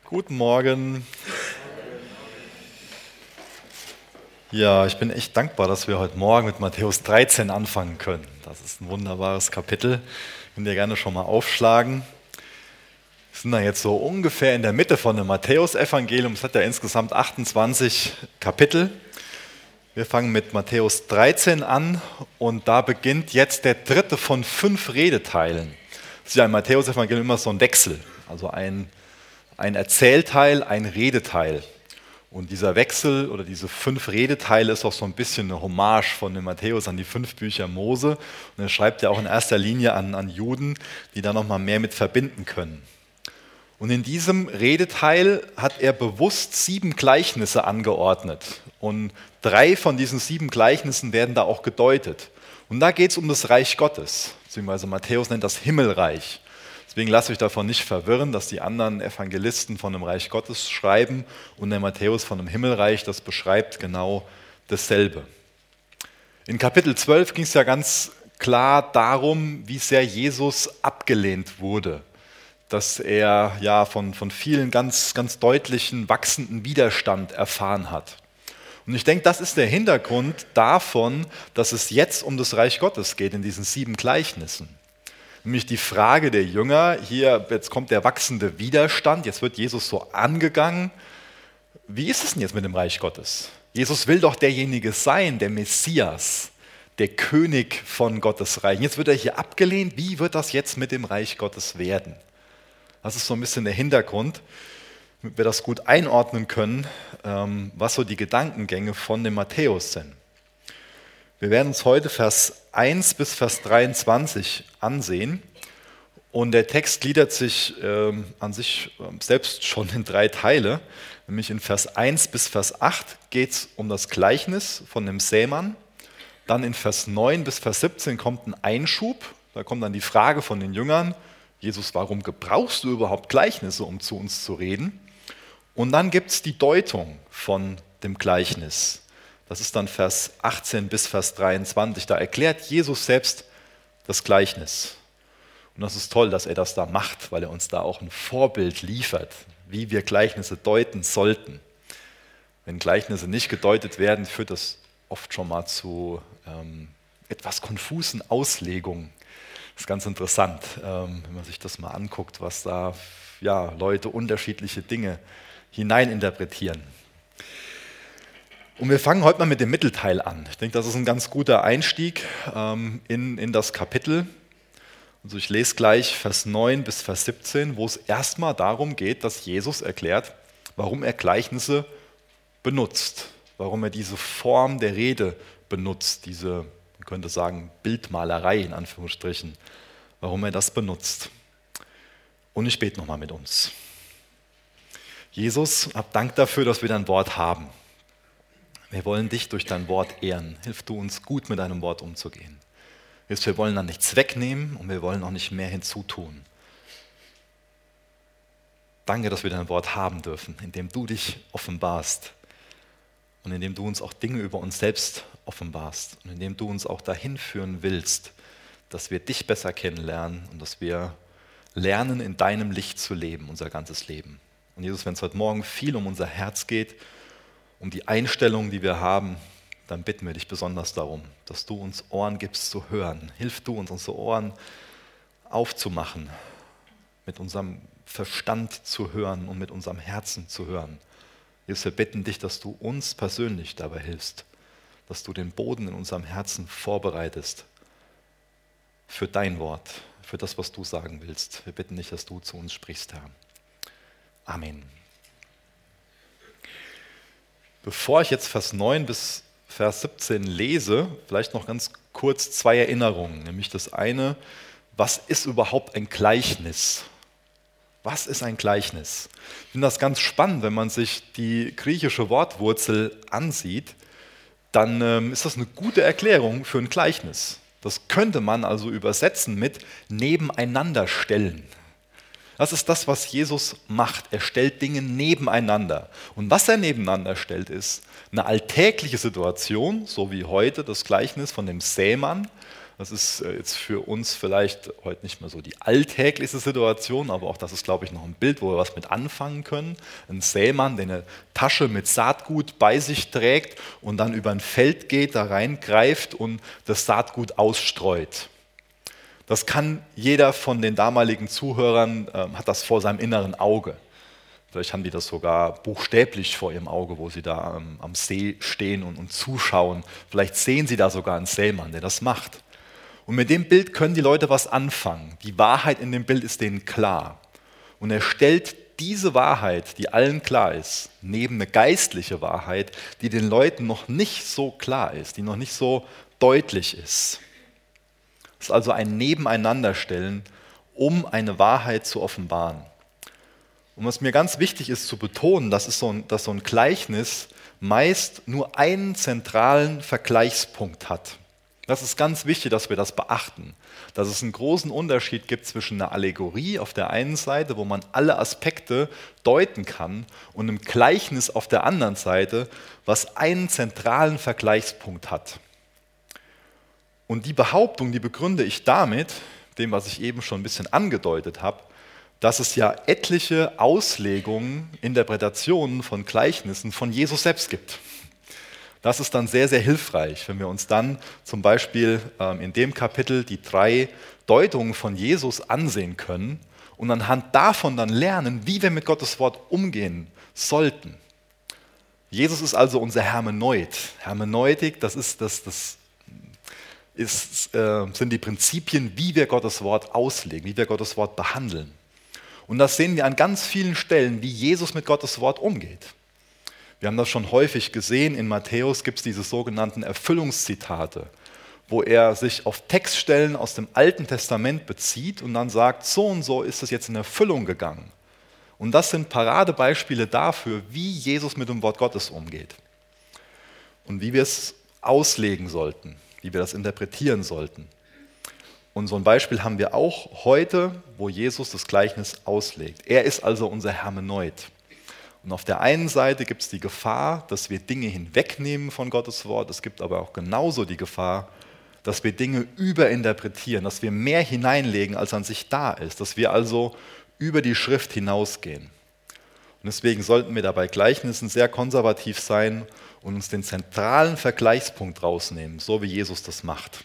Guten Morgen. Ja, ich bin echt dankbar, dass wir heute Morgen mit Matthäus 13 anfangen können. Das ist ein wunderbares Kapitel. Könnt ihr gerne schon mal aufschlagen. Wir sind da jetzt so ungefähr in der Mitte von dem Matthäus-Evangelium. Es hat ja insgesamt 28 Kapitel. Wir fangen mit Matthäus 13 an und da beginnt jetzt der dritte von 5 Redeteilen. Es ist ja im Matthäus-Evangelium immer so ein Wechsel, also ein Erzählteil, ein Redeteil. Und dieser Wechsel oder diese 5 Redeteile ist auch so ein bisschen eine Hommage von dem Matthäus an die 5 Bücher Mose. Und er schreibt ja auch in erster Linie an Juden, die da nochmal mehr mit verbinden können. Und in diesem Redeteil hat er bewusst 7 Gleichnisse angeordnet. Und 3 von diesen 7 Gleichnissen werden da auch gedeutet. Und da geht es um das Reich Gottes, beziehungsweise Matthäus nennt das Himmelreich. Deswegen lasst euch davon nicht verwirren, dass die anderen Evangelisten von dem Reich Gottes schreiben und der Matthäus von dem Himmelreich, das beschreibt genau dasselbe. In Kapitel 12 ging es ja ganz klar darum, wie sehr Jesus abgelehnt wurde. Dass er ja von vielen ganz deutlichen, wachsenden Widerstand erfahren hat. Und ich denke, das ist der Hintergrund davon, dass es jetzt um das Reich Gottes geht in diesen 7 Gleichnissen. Nämlich die Frage der Jünger, hier jetzt kommt der wachsende Widerstand, jetzt wird Jesus so angegangen. Wie ist es denn jetzt mit dem Reich Gottes? Jesus will doch derjenige sein, der Messias, der König von Gottes Reich. Jetzt wird er hier abgelehnt, wie wird das jetzt mit dem Reich Gottes werden? Das ist so ein bisschen der Hintergrund, damit wir das gut einordnen können, was so die Gedankengänge von dem Matthäus sind. Wir werden uns heute Vers 1 bis Vers 23 ansehen und der Text gliedert sich an sich selbst schon in 3 Teile. Nämlich in Vers 1 bis Vers 8 geht es um das Gleichnis von dem Sämann. Dann in Vers 9 bis Vers 17 kommt ein Einschub, da kommt dann die Frage von den Jüngern, Jesus, warum gebrauchst du überhaupt Gleichnisse, um zu uns zu reden? Und dann gibt es die Deutung von dem Gleichnis. Das ist dann Vers 18 bis Vers 23. Da erklärt Jesus selbst das Gleichnis. Und das ist toll, dass er das da macht, weil er uns da auch ein Vorbild liefert, wie wir Gleichnisse deuten sollten. Wenn Gleichnisse nicht gedeutet werden, führt das oft schon mal zu etwas konfusen Auslegungen. Das ist ganz interessant, wenn man sich das mal anguckt, was da Leute unterschiedliche Dinge hineininterpretieren. Und wir fangen heute mal mit dem Mittelteil an. Ich denke, das ist ein ganz guter Einstieg in das Kapitel. Also ich lese gleich Vers 9 bis Vers 17, wo es erstmal darum geht, dass Jesus erklärt, warum er Gleichnisse benutzt, warum er diese Form der Rede benutzt, diese, man könnte sagen, Bildmalerei in Anführungsstrichen, warum er das benutzt. Und ich bete nochmal mit uns. Jesus, hab Dank dafür, dass wir dein Wort haben. Wir wollen dich durch dein Wort ehren. Hilf du uns gut mit deinem Wort umzugehen. Wir wollen dann nichts wegnehmen und wir wollen auch nicht mehr hinzutun. Danke, dass wir dein Wort haben dürfen, indem du dich offenbarst und indem du uns auch Dinge über uns selbst offenbarst und indem du uns auch dahin führen willst, dass wir dich besser kennenlernen und dass wir lernen, in deinem Licht zu leben, unser ganzes Leben. Und Jesus, wenn es heute Morgen viel um unser Herz geht, um die Einstellung, die wir haben, dann bitten wir dich besonders darum, dass du uns Ohren gibst zu hören. Hilf du uns, unsere Ohren aufzumachen, mit unserem Verstand zu hören und mit unserem Herzen zu hören. Jesus, wir bitten dich, dass du uns persönlich dabei hilfst, dass du den Boden in unserem Herzen vorbereitest für dein Wort, für das, was du sagen willst. Wir bitten dich, dass du zu uns sprichst, Herr. Amen. Bevor ich jetzt Vers 9 bis Vers 17 lese, vielleicht noch ganz kurz 2 Erinnerungen. Nämlich das eine, was ist überhaupt ein Gleichnis? Was ist ein Gleichnis? Ich finde das ganz spannend, wenn man sich die griechische Wortwurzel ansieht, dann ist das eine gute Erklärung für ein Gleichnis. Das könnte man also übersetzen mit nebeneinander stellen. Das ist das, was Jesus macht. Er stellt Dinge nebeneinander. Und was er nebeneinander stellt, ist eine alltägliche Situation, so wie heute das Gleichnis von dem Sämann, Das ist jetzt für uns vielleicht heute nicht mehr so die alltäglichste Situation, aber auch das ist, glaube ich, noch ein Bild, wo wir was mit anfangen können. Ein Sämann, der eine Tasche mit Saatgut bei sich trägt und dann über ein Feld geht, da reingreift und das Saatgut ausstreut. Das kann jeder von den damaligen Zuhörern, hat das vor seinem inneren Auge. Vielleicht haben die das sogar buchstäblich vor ihrem Auge, wo sie da am See stehen und zuschauen. Vielleicht sehen sie da sogar einen Sämann, der das macht. Und mit dem Bild können die Leute was anfangen. Die Wahrheit in dem Bild ist denen klar. Und er stellt diese Wahrheit, die allen klar ist, neben eine geistliche Wahrheit, die den Leuten noch nicht so klar ist, die noch nicht so deutlich ist. Es ist also ein Nebeneinanderstellen, um eine Wahrheit zu offenbaren. Und was mir ganz wichtig ist zu betonen, dass so ein Gleichnis meist nur einen zentralen Vergleichspunkt hat. Das ist ganz wichtig, dass wir das beachten, dass es einen großen Unterschied gibt zwischen einer Allegorie auf der einen Seite, wo man alle Aspekte deuten kann, und einem Gleichnis auf der anderen Seite, was einen zentralen Vergleichspunkt hat. Und die Behauptung, die begründe ich damit, dem, was ich eben schon ein bisschen angedeutet habe, dass es ja etliche Auslegungen, Interpretationen von Gleichnissen von Jesus selbst gibt. Das ist dann sehr, sehr hilfreich, wenn wir uns dann zum Beispiel in dem Kapitel die 3 Deutungen von Jesus ansehen können und anhand davon dann lernen, wie wir mit Gottes Wort umgehen sollten. Jesus ist also unser Hermeneut. Hermeneutik, sind die Prinzipien, wie wir Gottes Wort auslegen, wie wir Gottes Wort behandeln. Und das sehen wir an ganz vielen Stellen, wie Jesus mit Gottes Wort umgeht. Wir haben das schon häufig gesehen, in Matthäus gibt es diese sogenannten Erfüllungszitate, wo er sich auf Textstellen aus dem Alten Testament bezieht und dann sagt, so und so ist es jetzt in Erfüllung gegangen. Und das sind Paradebeispiele dafür, wie Jesus mit dem Wort Gottes umgeht und wie wir es auslegen sollten, wie wir das interpretieren sollten. Und so ein Beispiel haben wir auch heute, wo Jesus das Gleichnis auslegt. Er ist also unser Hermeneut. Und auf der einen Seite gibt es die Gefahr, dass wir Dinge hinwegnehmen von Gottes Wort. Es gibt aber auch genauso die Gefahr, dass wir Dinge überinterpretieren, dass wir mehr hineinlegen, als an sich da ist, dass wir also über die Schrift hinausgehen. Und deswegen sollten wir dabei Gleichnissen sehr konservativ sein und uns den zentralen Vergleichspunkt rausnehmen, so wie Jesus das macht.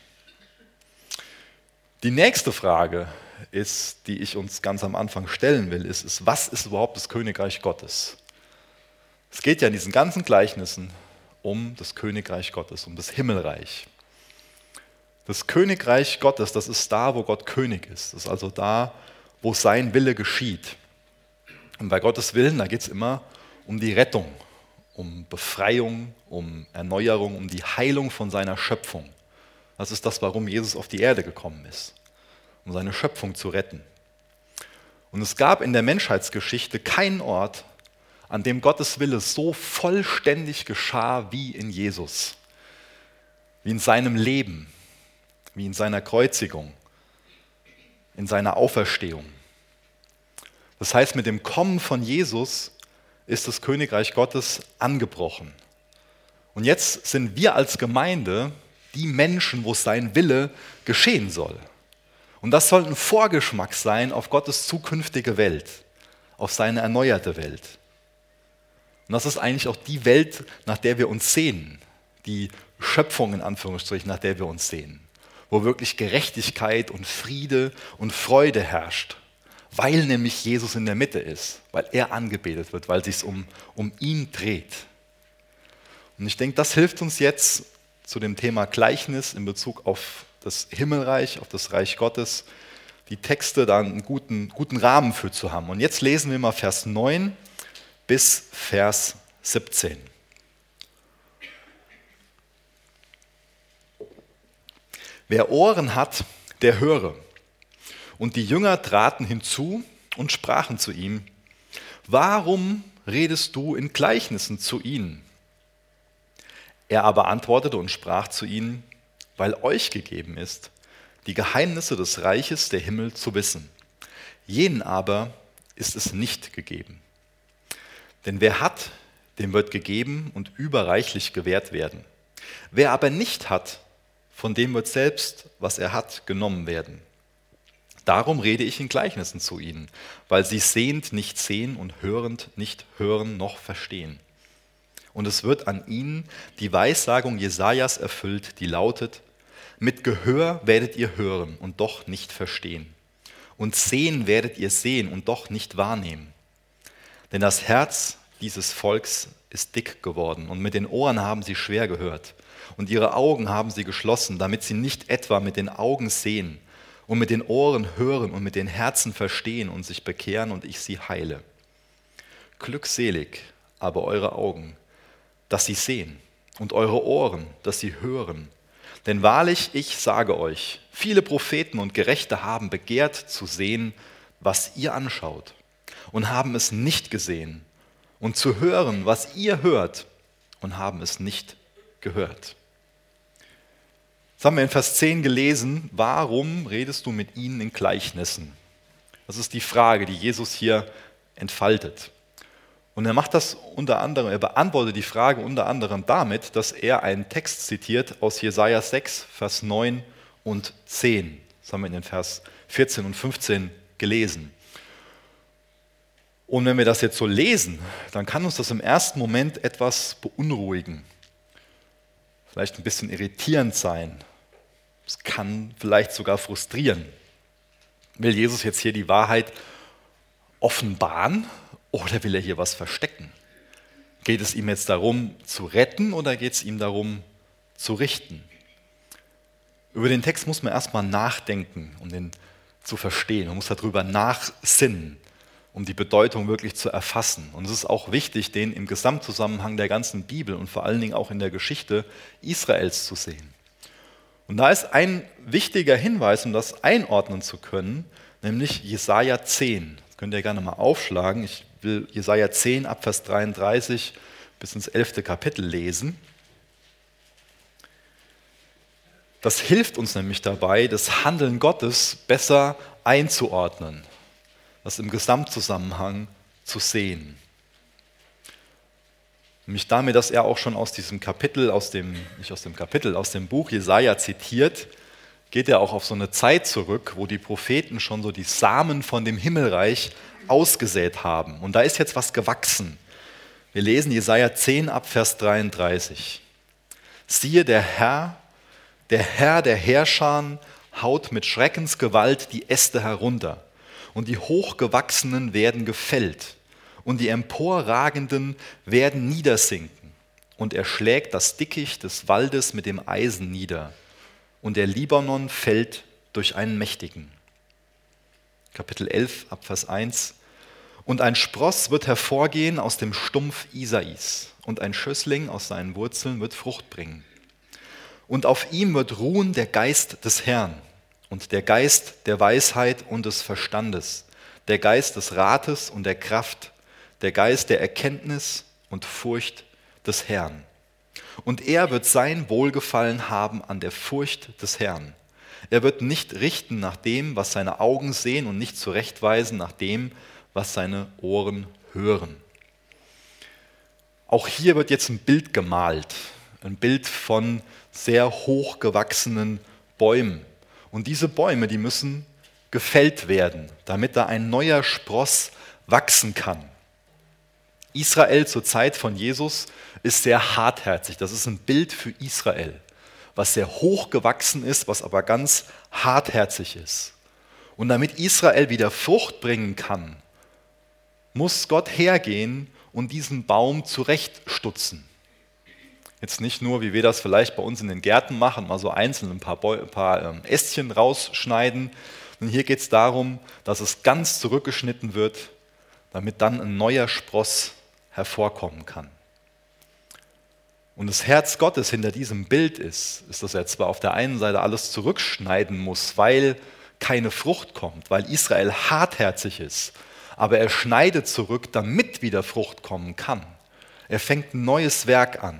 Die nächste Frage ist, die ich uns ganz am Anfang stellen will, ist, was ist überhaupt das Königreich Gottes? Es geht ja in diesen ganzen Gleichnissen um das Königreich Gottes, um das Himmelreich. Das Königreich Gottes, das ist da, wo Gott König ist. Das ist also da, wo sein Wille geschieht. Und bei Gottes Willen, da geht es immer um die Rettung, um Befreiung, um Erneuerung, um die Heilung von seiner Schöpfung. Das ist das, warum Jesus auf die Erde gekommen ist, um seine Schöpfung zu retten. Und es gab in der Menschheitsgeschichte keinen Ort, an dem Gottes Wille so vollständig geschah wie in Jesus, wie in seinem Leben, wie in seiner Kreuzigung, in seiner Auferstehung. Das heißt, mit dem Kommen von Jesus ist das Königreich Gottes angebrochen. Und jetzt sind wir als Gemeinde die Menschen, wo sein Wille geschehen soll. Und das soll ein Vorgeschmack sein auf Gottes zukünftige Welt, auf seine erneuerte Welt. Und das ist eigentlich auch die Welt, nach der wir uns sehnen, die Schöpfung in Anführungsstrichen, nach der wir uns sehnen, wo wirklich Gerechtigkeit und Friede und Freude herrscht, weil nämlich Jesus in der Mitte ist, weil er angebetet wird, weil es sich um ihn dreht. Und ich denke, das hilft uns jetzt zu dem Thema Gleichnis in Bezug auf das Himmelreich, auf das Reich Gottes, die Texte da einen guten Rahmen für zu haben. Und jetzt lesen wir mal Vers 9 bis Vers 17. Wer Ohren hat, der höre. Und die Jünger traten hinzu und sprachen zu ihm, warum redest du in Gleichnissen zu ihnen? Er aber antwortete und sprach zu ihnen, weil euch gegeben ist, die Geheimnisse des Reiches der Himmel zu wissen. Jenen aber ist es nicht gegeben. Denn wer hat, dem wird gegeben und überreichlich gewährt werden. Wer aber nicht hat, von dem wird selbst, was er hat, genommen werden. Darum rede ich in Gleichnissen zu ihnen, weil sie sehend nicht sehen und hörend nicht hören noch verstehen. Und es wird an ihnen die Weissagung Jesajas erfüllt, die lautet: Mit Gehör werdet ihr hören und doch nicht verstehen. Und sehen werdet ihr sehen und doch nicht wahrnehmen. Denn das Herz dieses Volks ist dick geworden und mit den Ohren haben sie schwer gehört. Und ihre Augen haben sie geschlossen, damit sie nicht etwa mit den Augen sehen und mit den Ohren hören und mit den Herzen verstehen und sich bekehren und ich sie heile. Glückselig aber eure Augen, dass sie sehen, und eure Ohren, dass sie hören. Denn wahrlich, ich sage euch, viele Propheten und Gerechte haben begehrt zu sehen, was ihr anschaut, und haben es nicht gesehen, und zu hören, was ihr hört, und haben es nicht gehört. Das haben wir in Vers 10 gelesen. Warum redest du mit ihnen in Gleichnissen? Das ist die Frage, die Jesus hier entfaltet. Und er macht das unter anderem, er beantwortet die Frage unter anderem damit, dass er einen Text zitiert aus Jesaja 6, Vers 9 und 10. Das haben wir in den Vers 14 und 15 gelesen. Und wenn wir das jetzt so lesen, dann kann uns das im ersten Moment etwas beunruhigen, vielleicht ein bisschen irritierend sein. Es kann vielleicht sogar frustrieren. Will Jesus jetzt hier die Wahrheit offenbaren oder will er hier was verstecken? Geht es ihm jetzt darum zu retten oder geht es ihm darum zu richten? Über den Text muss man erstmal nachdenken, um den zu verstehen. Man muss darüber nachsinnen, um die Bedeutung wirklich zu erfassen. Und es ist auch wichtig, den im Gesamtzusammenhang der ganzen Bibel und vor allen Dingen auch in der Geschichte Israels zu sehen. Und da ist ein wichtiger Hinweis, um das einordnen zu können, nämlich Jesaja 10. Das könnt ihr gerne mal aufschlagen. Ich will Jesaja 10 ab Vers 33 bis ins 11. Kapitel lesen. Das hilft uns nämlich dabei, das Handeln Gottes besser einzuordnen, das im Gesamtzusammenhang zu sehen. Nämlich damit, dass er auch schon aus diesem Kapitel, aus dem Buch Jesaja zitiert, geht er auch auf so eine Zeit zurück, wo die Propheten schon so die Samen von dem Himmelreich ausgesät haben. Und da ist jetzt was gewachsen. Wir lesen Jesaja 10 ab Vers 33. Siehe, der Herr der Heerscharen haut mit Schreckensgewalt die Äste herunter, und die Hochgewachsenen werden gefällt, und die Emporragenden werden niedersinken. Und er schlägt das Dickicht des Waldes mit dem Eisen nieder, und der Libanon fällt durch einen Mächtigen. Kapitel 11, Abvers 1. Und ein Spross wird hervorgehen aus dem Stumpf Isais, und ein Schössling aus seinen Wurzeln wird Frucht bringen. Und auf ihm wird ruhen der Geist des Herrn und der Geist der Weisheit und des Verstandes, der Geist des Rates und der Kraft, der Geist der Erkenntnis und Furcht des Herrn. Und er wird sein Wohlgefallen haben an der Furcht des Herrn. Er wird nicht richten nach dem, was seine Augen sehen, und nicht zurechtweisen nach dem, was seine Ohren hören. Auch hier wird jetzt ein Bild gemalt, ein Bild von sehr hochgewachsenen Bäumen. Und diese Bäume, die müssen gefällt werden, damit da ein neuer Spross wachsen kann. Israel zur Zeit von Jesus ist sehr hartherzig. Das ist ein Bild für Israel, was sehr hoch gewachsen ist, was aber ganz hartherzig ist. Und damit Israel wieder Frucht bringen kann, muss Gott hergehen und diesen Baum zurechtstutzen. Jetzt nicht nur, wie wir das vielleicht bei uns in den Gärten machen, mal so einzeln ein paar Ästchen rausschneiden. Und hier geht es darum, dass es ganz zurückgeschnitten wird, damit dann ein neuer Spross hervorkommen kann. Und das Herz Gottes hinter diesem Bild ist, dass er zwar auf der einen Seite alles zurückschneiden muss, weil keine Frucht kommt, weil Israel hartherzig ist, aber er schneidet zurück, damit wieder Frucht kommen kann. Er fängt ein neues Werk an.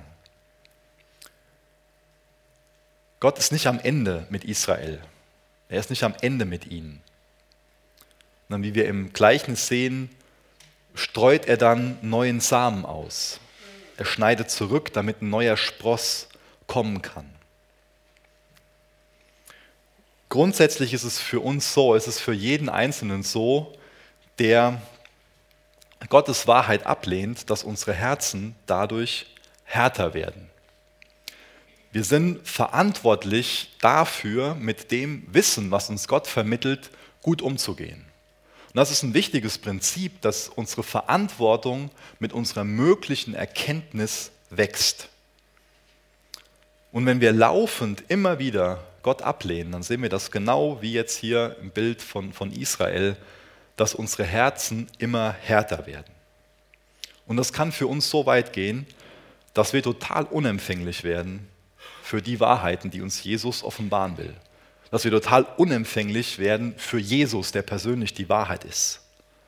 Gott ist nicht am Ende mit Israel. Er ist nicht am Ende mit ihnen. Und wie wir im Gleichnis sehen, streut er dann neuen Samen aus. Er schneidet zurück, damit ein neuer Spross kommen kann. Grundsätzlich ist es für uns so, es ist für jeden Einzelnen so, der Gottes Wahrheit ablehnt, dass unsere Herzen dadurch härter werden. Wir sind verantwortlich dafür, mit dem Wissen, was uns Gott vermittelt, gut umzugehen. Und das ist ein wichtiges Prinzip, dass unsere Verantwortung mit unserer möglichen Erkenntnis wächst. Und wenn wir laufend immer wieder Gott ablehnen, dann sehen wir das genau wie jetzt hier im Bild von Israel, dass unsere Herzen immer härter werden. Und das kann für uns so weit gehen, dass wir total unempfänglich werden für die Wahrheiten, die uns Jesus offenbaren will. Dass wir total unempfänglich werden für Jesus, der persönlich die Wahrheit ist.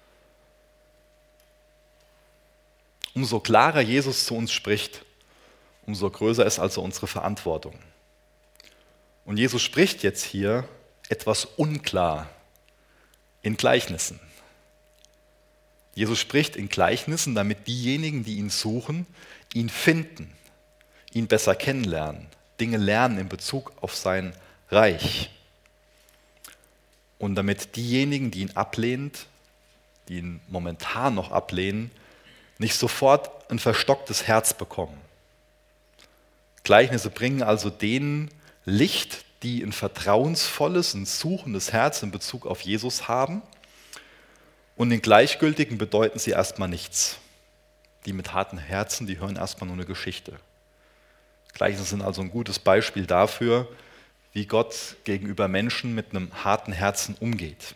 Umso klarer Jesus zu uns spricht, umso größer ist also unsere Verantwortung. Und Jesus spricht jetzt hier etwas unklar in Gleichnissen. Jesus spricht in Gleichnissen, damit diejenigen, die ihn suchen, ihn finden, ihn besser kennenlernen, Dinge lernen in Bezug auf sein Reich. Und damit diejenigen, die ihn die ihn momentan noch ablehnen, nicht sofort ein verstocktes Herz bekommen. Gleichnisse bringen also denen Licht, die ein vertrauensvolles, ein suchendes Herz in Bezug auf Jesus haben. Und den Gleichgültigen bedeuten sie erstmal nichts. Die mit harten Herzen, die hören erstmal nur eine Geschichte. Gleichnisse sind also ein gutes Beispiel dafür, wie Gott gegenüber Menschen mit einem harten Herzen umgeht.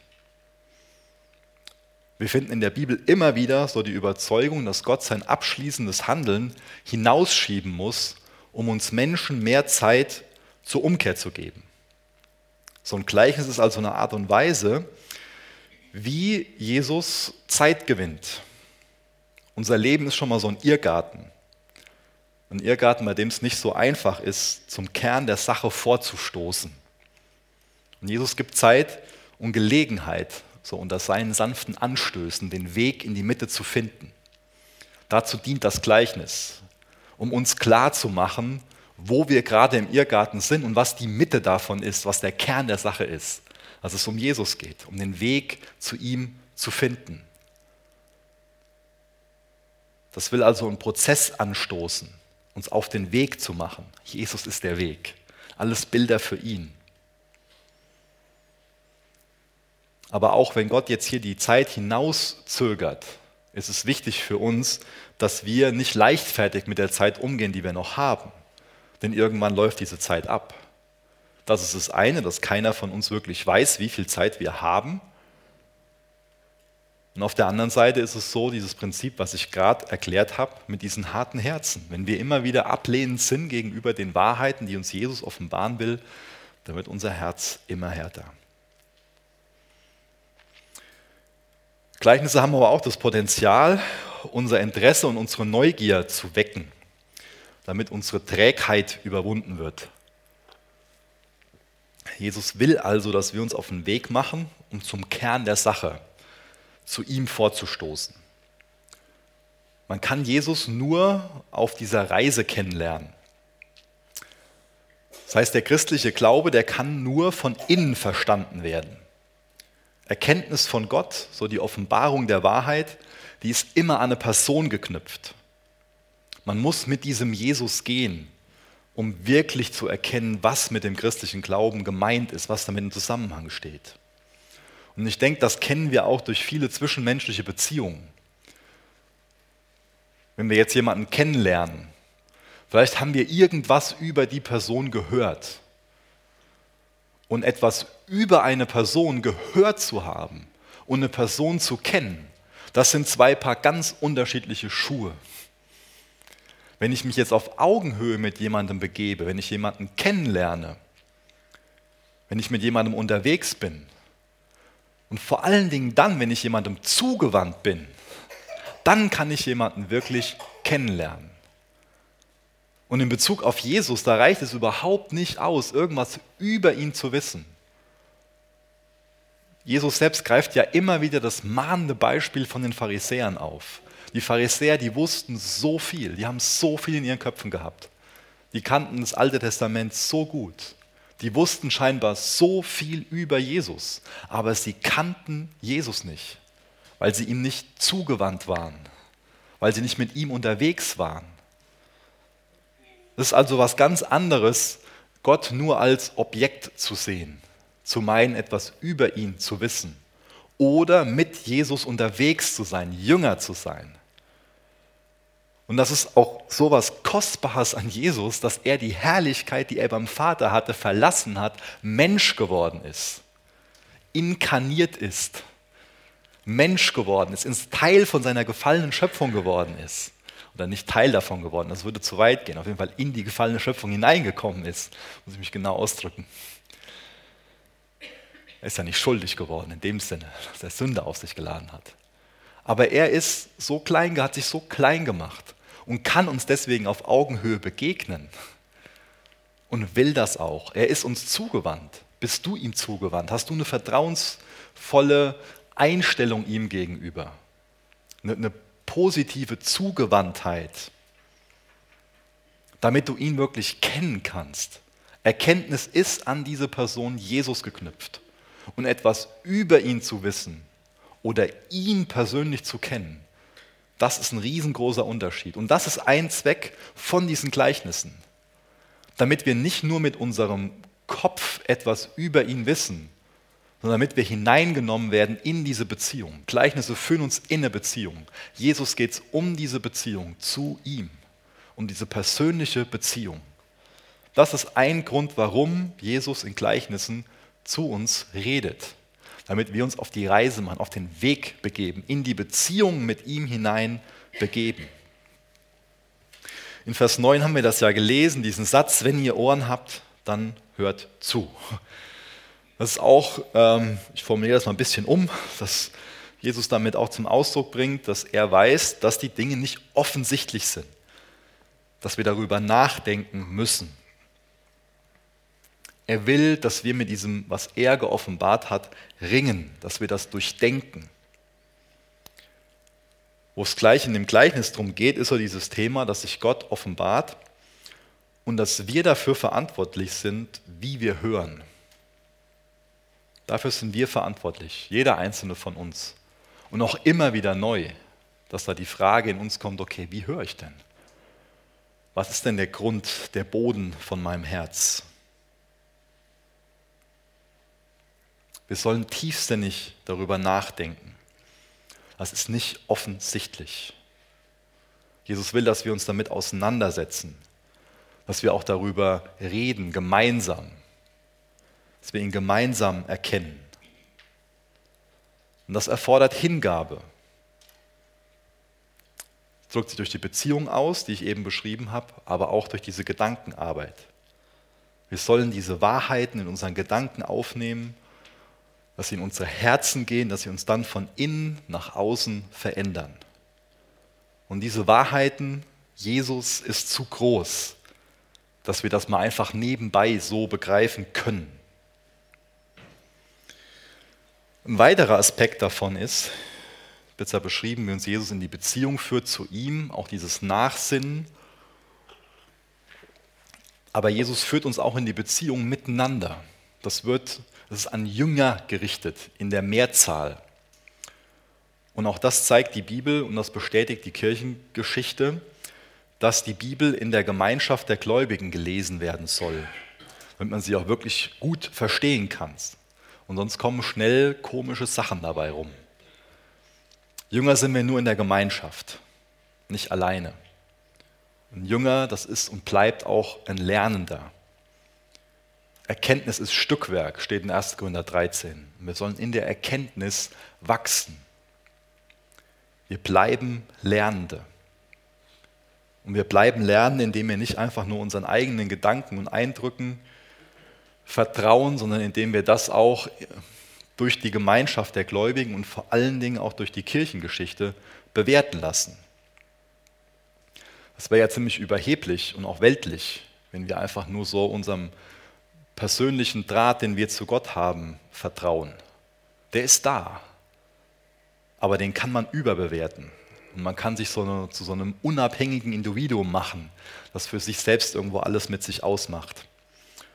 Wir finden in der Bibel immer wieder so die Überzeugung, dass Gott sein abschließendes Handeln hinausschieben muss, um uns Menschen mehr Zeit zur Umkehr zu geben. So ein Gleichnis ist also eine Art und Weise, wie Jesus Zeit gewinnt. Unser Leben ist schon mal so ein Irrgarten. Ein Irrgarten, bei dem es nicht so einfach ist, zum Kern der Sache vorzustoßen. Und Jesus gibt Zeit und Gelegenheit, so unter seinen sanften Anstößen den Weg in die Mitte zu finden. Dazu dient das Gleichnis, um uns klarzumachen, wo wir gerade im Irrgarten sind und was die Mitte davon ist, was der Kern der Sache ist. Dass es um Jesus geht, um den Weg zu ihm zu finden. Das will also einen Prozess anstoßen, uns auf den Weg zu machen. Jesus ist der Weg. Alles Bilder für ihn. Aber auch wenn Gott jetzt hier die Zeit hinauszögert, ist es wichtig für uns, dass wir nicht leichtfertig mit der Zeit umgehen, die wir noch haben. Denn irgendwann läuft diese Zeit ab. Das ist das eine, dass keiner von uns wirklich weiß, wie viel Zeit wir haben. Und auf der anderen Seite ist es so, dieses Prinzip, was ich gerade erklärt habe, mit diesen harten Herzen. Wenn wir immer wieder ablehnend sind gegenüber den Wahrheiten, die uns Jesus offenbaren will, dann wird unser Herz immer härter. Gleichnisse haben aber auch das Potenzial, unser Interesse und unsere Neugier zu wecken, damit unsere Trägheit überwunden wird. Jesus will also, dass wir uns auf den Weg machen, um zum Kern der Sache zu ihm vorzustoßen. Man kann Jesus nur auf dieser Reise kennenlernen. Das heißt, der christliche Glaube, der kann nur von innen verstanden werden. Erkenntnis von Gott, so die Offenbarung der Wahrheit, die ist immer an eine Person geknüpft. Man muss mit diesem Jesus gehen, um wirklich zu erkennen, was mit dem christlichen Glauben gemeint ist, was damit im Zusammenhang steht. Und ich denke, das kennen wir auch durch viele zwischenmenschliche Beziehungen. Wenn wir jetzt jemanden kennenlernen, vielleicht haben wir irgendwas über die Person gehört. Und etwas über eine Person gehört zu haben und eine Person zu kennen, das sind zwei Paar ganz unterschiedliche Schuhe. Wenn ich mich jetzt auf Augenhöhe mit jemandem begebe, wenn ich jemanden kennenlerne, wenn ich mit jemandem unterwegs bin und vor allen Dingen dann, wenn ich jemandem zugewandt bin, dann kann ich jemanden wirklich kennenlernen. Und in Bezug auf Jesus, da reicht es überhaupt nicht aus, irgendwas über ihn zu wissen. Jesus selbst greift ja immer wieder das mahnende Beispiel von den Pharisäern auf. Die Pharisäer, die wussten so viel, die haben so viel in ihren Köpfen gehabt. Die kannten das Alte Testament so gut. Die wussten scheinbar so viel über Jesus, aber sie kannten Jesus nicht, weil sie ihm nicht zugewandt waren, weil sie nicht mit ihm unterwegs waren. Es ist also was ganz anderes, Gott nur als Objekt zu sehen, zu meinen, etwas über ihn zu wissen oder mit Jesus unterwegs zu sein, Jünger zu sein. Und das ist auch so was Kostbares an Jesus, dass er die Herrlichkeit, die er beim Vater hatte, verlassen hat, Mensch geworden ist, inkarniert ist, Mensch geworden ist, ins Teil von seiner gefallenen Schöpfung geworden ist. Oder nicht Teil davon geworden, das würde zu weit gehen, auf jeden Fall in die gefallene Schöpfung hineingekommen ist, muss ich mich genau ausdrücken. Er ist ja nicht schuldig geworden in dem Sinne, dass er Sünde auf sich geladen hat. Aber er ist so klein, hat sich so klein gemacht und kann uns deswegen auf Augenhöhe begegnen und will das auch. Er ist uns zugewandt. Bist du ihm zugewandt? Hast du eine vertrauensvolle Einstellung ihm gegenüber? Eine positive Zugewandtheit, damit du ihn wirklich kennen kannst. Erkenntnis ist an diese Person Jesus geknüpft. Und etwas über ihn zu wissen oder ihn persönlich zu kennen, das ist ein riesengroßer Unterschied. Und das ist ein Zweck von diesen Gleichnissen, damit wir nicht nur mit unserem Kopf etwas über ihn wissen, sondern damit wir hineingenommen werden in diese Beziehung. Gleichnisse führen uns in eine Beziehung. Jesus geht es um diese Beziehung zu ihm, um diese persönliche Beziehung. Das ist ein Grund, warum Jesus in Gleichnissen zu uns redet, damit wir uns auf die Reise machen, auf den Weg begeben, in die Beziehung mit ihm hinein begeben. In Vers 9 haben wir das ja gelesen, diesen Satz, wenn ihr Ohren habt, dann hört zu. Das ist auch, ich formuliere das mal ein bisschen um, dass Jesus damit auch zum Ausdruck bringt, dass er weiß, dass die Dinge nicht offensichtlich sind, dass wir darüber nachdenken müssen. Er will, dass wir mit diesem, was er geoffenbart hat, ringen, dass wir das durchdenken. Wo es gleich in dem Gleichnis darum geht, ist so dieses Thema, dass sich Gott offenbart und dass wir dafür verantwortlich sind, wie wir hören. Dafür sind wir verantwortlich, jeder einzelne von uns. Und auch immer wieder neu, dass da die Frage in uns kommt, okay, wie höre ich denn? Was ist denn der Grund, der Boden von meinem Herz? Wir sollen tiefsinnig darüber nachdenken. Das ist nicht offensichtlich. Jesus will, dass wir uns damit auseinandersetzen, dass wir auch darüber reden, gemeinsam, dass wir ihn gemeinsam erkennen. Und das erfordert Hingabe. Das drückt sich durch die Beziehung aus, die ich eben beschrieben habe, aber auch durch diese Gedankenarbeit. Wir sollen diese Wahrheiten in unseren Gedanken aufnehmen, dass sie in unsere Herzen gehen, dass sie uns dann von innen nach außen verändern. Und diese Wahrheiten, Jesus ist zu groß, dass wir das mal einfach nebenbei so begreifen können. Ein weiterer Aspekt davon ist, wird ja beschrieben, wie uns Jesus in die Beziehung führt zu ihm, auch dieses Nachsinnen. Aber Jesus führt uns auch in die Beziehung miteinander. Das ist an Jünger gerichtet, in der Mehrzahl. Und auch das zeigt die Bibel und das bestätigt die Kirchengeschichte, dass die Bibel in der Gemeinschaft der Gläubigen gelesen werden soll, damit man sie auch wirklich gut verstehen kann. Und sonst kommen schnell komische Sachen dabei rum. Jünger sind wir nur in der Gemeinschaft, nicht alleine. Ein Jünger, das ist und bleibt auch ein Lernender. Erkenntnis ist Stückwerk, steht in 1. Korinther 13. Wir sollen in der Erkenntnis wachsen. Wir bleiben Lernende. Und wir bleiben Lernende, indem wir nicht einfach nur unseren eigenen Gedanken und Eindrücken vertrauen, sondern indem wir das auch durch die Gemeinschaft der Gläubigen und vor allen Dingen auch durch die Kirchengeschichte bewerten lassen. Das wäre ja ziemlich überheblich und auch weltlich, wenn wir einfach nur so unserem persönlichen Draht, den wir zu Gott haben, vertrauen. Der ist da, aber den kann man überbewerten. Und man kann sich zu so einem unabhängigen Individuum machen, das für sich selbst irgendwo alles mit sich ausmacht.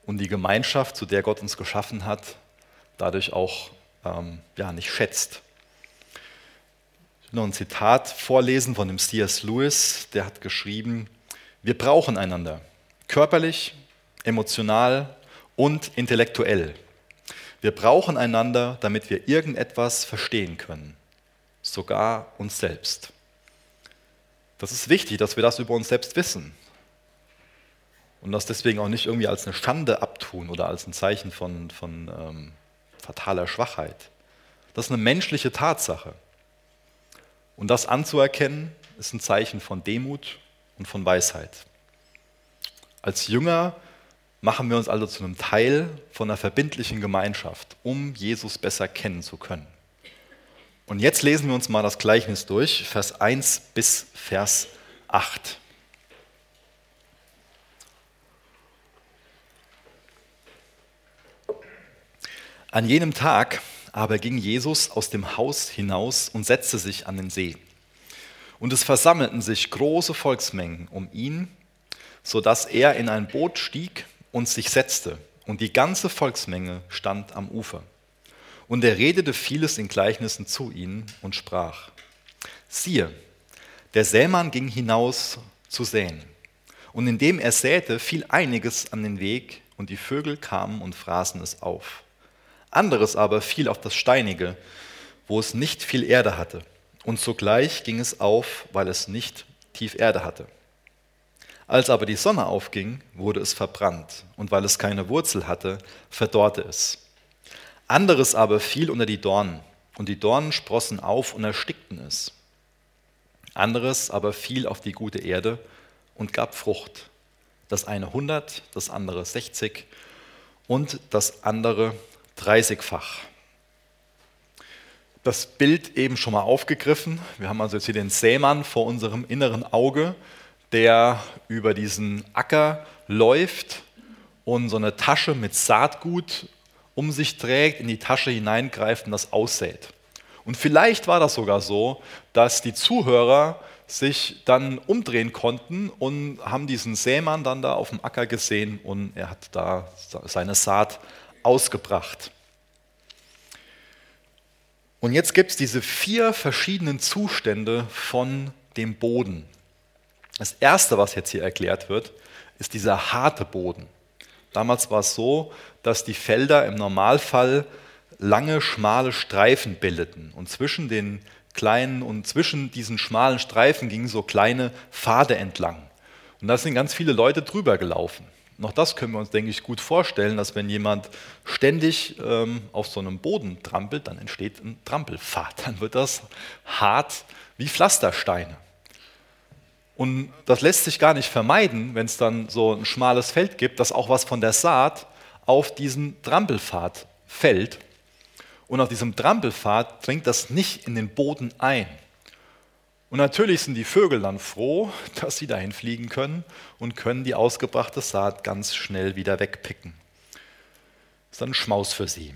und die Gemeinschaft, zu der Gott uns geschaffen hat, dadurch auch nicht schätzt. Ich will noch ein Zitat vorlesen von dem C.S. Lewis, der hat geschrieben: Wir brauchen einander, körperlich, emotional und intellektuell. Wir brauchen einander, damit wir irgendetwas verstehen können, sogar uns selbst. Das ist wichtig, dass wir das über uns selbst wissen und das deswegen auch nicht irgendwie als eine Schande abtun oder als ein Zeichen von fataler Schwachheit. Das ist eine menschliche Tatsache. Und das anzuerkennen, ist ein Zeichen von Demut und von Weisheit. Als Jünger machen wir uns also zu einem Teil von einer verbindlichen Gemeinschaft, um Jesus besser kennen zu können. Und jetzt lesen wir uns mal das Gleichnis durch, Vers 1 bis Vers 8. An jenem Tag aber ging Jesus aus dem Haus hinaus und setzte sich an den See. Und es versammelten sich große Volksmengen um ihn, sodass er in ein Boot stieg und sich setzte, und die ganze Volksmenge stand am Ufer. Und er redete vieles in Gleichnissen zu ihnen und sprach: Siehe, der Sämann ging hinaus zu säen. Und indem er säte, fiel einiges an den Weg, und die Vögel kamen und fraßen es auf. Anderes aber fiel auf das Steinige, wo es nicht viel Erde hatte. Und sogleich ging es auf, weil es nicht tief Erde hatte. Als aber die Sonne aufging, wurde es verbrannt, und weil es keine Wurzel hatte, verdorrte es. Anderes aber fiel unter die Dornen, und die Dornen sprossen auf und erstickten es. Anderes aber fiel auf die gute Erde und gab Frucht. Das eine 100, das andere 60 und das andere 30-fach. Das Bild eben schon mal aufgegriffen. Wir haben also jetzt hier den Sämann vor unserem inneren Auge, der über diesen Acker läuft und so eine Tasche mit Saatgut um sich trägt, in die Tasche hineingreift und das aussät. Und vielleicht war das sogar so, dass die Zuhörer sich dann umdrehen konnten und haben diesen Sämann dann da auf dem Acker gesehen und er hat da seine Saat ausgebracht. Und jetzt gibt es diese 4 verschiedenen Zustände von dem Boden. Das erste, was jetzt hier erklärt wird, ist dieser harte Boden. Damals war es so, dass die Felder im Normalfall lange, schmale Streifen bildeten. Und zwischen den kleinen und zwischen diesen schmalen Streifen gingen so kleine Pfade entlang. Und da sind ganz viele Leute drüber gelaufen. Noch das können wir uns, denke ich, gut vorstellen, dass wenn jemand ständig auf so einem Boden trampelt, dann entsteht ein Trampelpfad. Dann wird das hart wie Pflastersteine. Und das lässt sich gar nicht vermeiden, wenn es dann so ein schmales Feld gibt, dass auch was von der Saat auf diesen Trampelpfad fällt. Und auf diesem Trampelpfad dringt das nicht in den Boden ein. Und natürlich sind die Vögel dann froh, dass sie dahin fliegen können und können die ausgebrachte Saat ganz schnell wieder wegpicken. Das ist dann ein Schmaus für sie.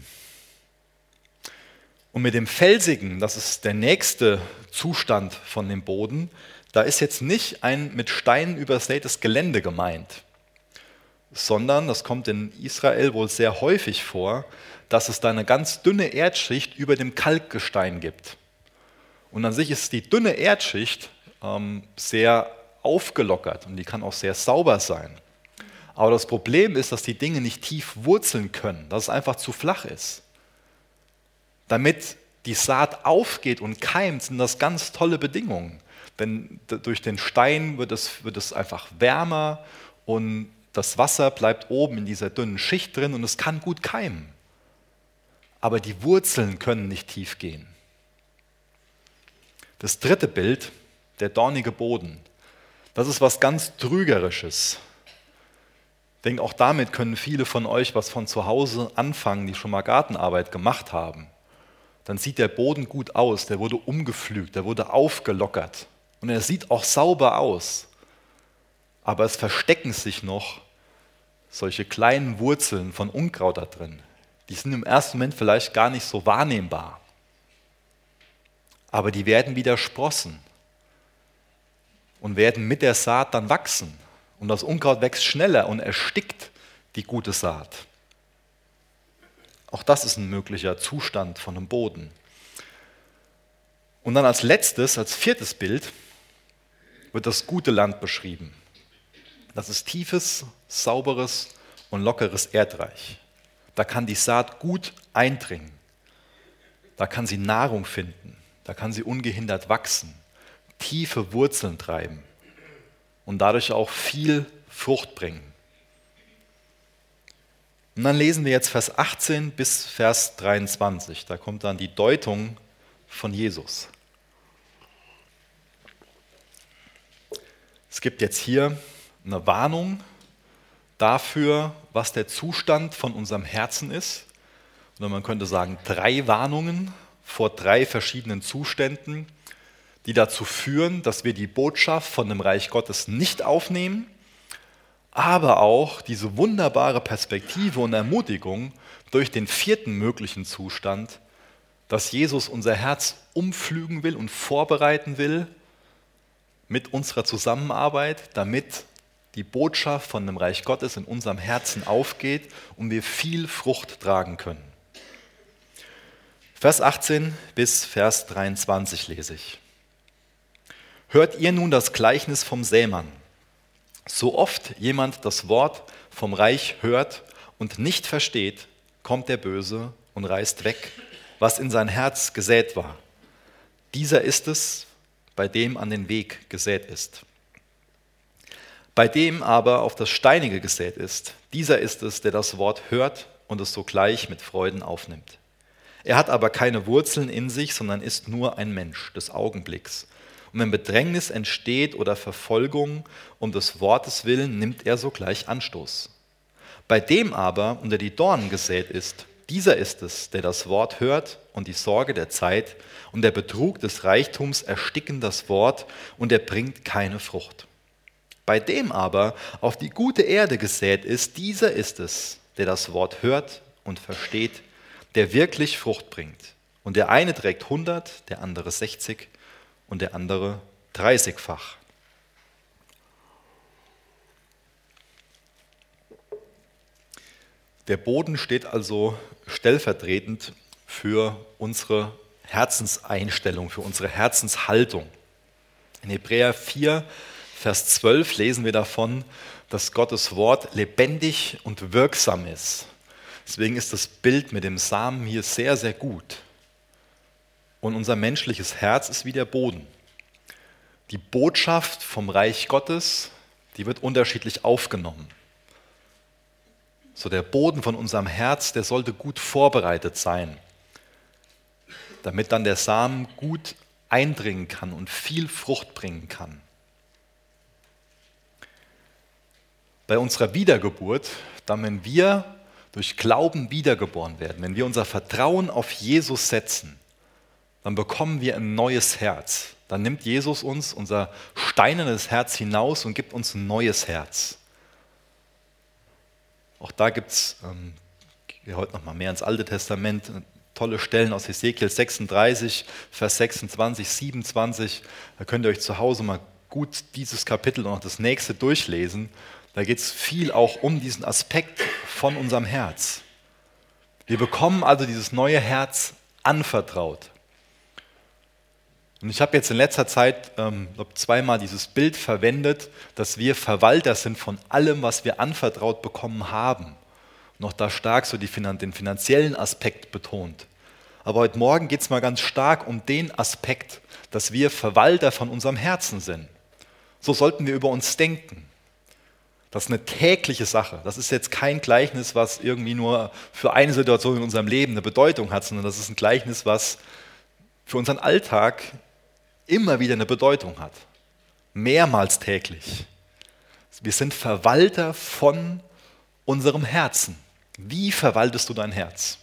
Und mit dem Felsigen, das ist der nächste Zustand von dem Boden, da ist jetzt nicht ein mit Steinen übersätes Gelände gemeint, sondern, das kommt in Israel wohl sehr häufig vor, dass es da eine ganz dünne Erdschicht über dem Kalkgestein gibt. Und an sich ist die dünne Erdschicht sehr aufgelockert und die kann auch sehr sauber sein. Aber das Problem ist, dass die Dinge nicht tief wurzeln können, dass es einfach zu flach ist. Damit die Saat aufgeht und keimt, sind das ganz tolle Bedingungen. Denn durch den Stein wird es einfach wärmer und das Wasser bleibt oben in dieser dünnen Schicht drin und es kann gut keimen. Aber die Wurzeln können nicht tief gehen. Das dritte Bild, der dornige Boden, das ist was ganz Trügerisches. Ich denke, auch damit können viele von euch was von zu Hause anfangen, die schon mal Gartenarbeit gemacht haben. Dann sieht der Boden gut aus, der wurde umgepflügt, der wurde aufgelockert und er sieht auch sauber aus. Aber es verstecken sich noch solche kleinen Wurzeln von Unkraut da drin. Die sind im ersten Moment vielleicht gar nicht so wahrnehmbar. Aber die werden wieder sprossen und werden mit der Saat dann wachsen. Und das Unkraut wächst schneller und erstickt die gute Saat. Auch das ist ein möglicher Zustand von einem Boden. Und dann als letztes, als viertes Bild, wird das gute Land beschrieben. Das ist tiefes, sauberes und lockeres Erdreich. Da kann die Saat gut eindringen. Da kann sie Nahrung finden. Da kann sie ungehindert wachsen, tiefe Wurzeln treiben und dadurch auch viel Frucht bringen. Und dann lesen wir jetzt Vers 18 bis Vers 23. Da kommt dann die Deutung von Jesus. Es gibt jetzt hier eine Warnung dafür, was der Zustand von unserem Herzen ist. Oder man könnte sagen, 3 Warnungen vor 3 verschiedenen Zuständen, die dazu führen, dass wir die Botschaft von dem Reich Gottes nicht aufnehmen, aber auch diese wunderbare Perspektive und Ermutigung durch den 4. möglichen Zustand, dass Jesus unser Herz umpflügen will und vorbereiten will mit unserer Zusammenarbeit, damit die Botschaft von dem Reich Gottes in unserem Herzen aufgeht und wir viel Frucht tragen können. Vers 18 bis Vers 23 lese ich. Hört ihr nun das Gleichnis vom Sämann? So oft jemand das Wort vom Reich hört und nicht versteht, kommt der Böse und reißt weg, was in sein Herz gesät war. Dieser ist es, bei dem an den Weg gesät ist. Bei dem aber auf das Steinige gesät ist, dieser ist es, der das Wort hört und es sogleich mit Freuden aufnimmt. Er hat aber keine Wurzeln in sich, sondern ist nur ein Mensch des Augenblicks. Und wenn Bedrängnis entsteht oder Verfolgung um des Wortes willen, nimmt er sogleich Anstoß. Bei dem aber unter die Dornen gesät ist, dieser ist es, der das Wort hört und die Sorge der Zeit und der Betrug des Reichtums ersticken das Wort und er bringt keine Frucht. Bei dem aber auf die gute Erde gesät ist, dieser ist es, der das Wort hört und versteht, der wirklich Frucht bringt. Und der eine trägt 100, der andere 60 und der andere 30-fach. Der Boden steht also stellvertretend für unsere Herzenseinstellung, für unsere Herzenshaltung. In Hebräer 4, Vers 12 lesen wir davon, dass Gottes Wort lebendig und wirksam ist. Deswegen ist das Bild mit dem Samen hier sehr, sehr gut. Und unser menschliches Herz ist wie der Boden. Die Botschaft vom Reich Gottes, die wird unterschiedlich aufgenommen. So der Boden von unserem Herz, der sollte gut vorbereitet sein, damit dann der Samen gut eindringen kann und viel Frucht bringen kann. Bei unserer Wiedergeburt, dann wenn wir durch Glauben wiedergeboren werden, wenn wir unser Vertrauen auf Jesus setzen, dann bekommen wir ein neues Herz. Dann nimmt Jesus uns unser steinernes Herz hinaus und gibt uns ein neues Herz. Auch da gibt es, ich gehe heute noch mal mehr ins Alte Testament, tolle Stellen aus Hesekiel 36, Vers 26, 27. Da könnt ihr euch zu Hause mal gut dieses Kapitel und auch das nächste durchlesen. Da geht es viel auch um diesen Aspekt von unserem Herz. Wir bekommen also dieses neue Herz anvertraut. Und ich habe jetzt in letzter Zeit 2-mal dieses Bild verwendet, dass wir Verwalter sind von allem, was wir anvertraut bekommen haben. Noch da stark so den finanziellen Aspekt betont. Aber heute Morgen geht es mal ganz stark um den Aspekt, dass wir Verwalter von unserem Herzen sind. So sollten wir über uns denken. Das ist eine tägliche Sache. Das ist jetzt kein Gleichnis, was irgendwie nur für eine Situation in unserem Leben eine Bedeutung hat, sondern das ist ein Gleichnis, was für unseren Alltag immer wieder eine Bedeutung hat. Mehrmals täglich. Wir sind Verwalter von unserem Herzen. Wie verwaltest du dein Herz?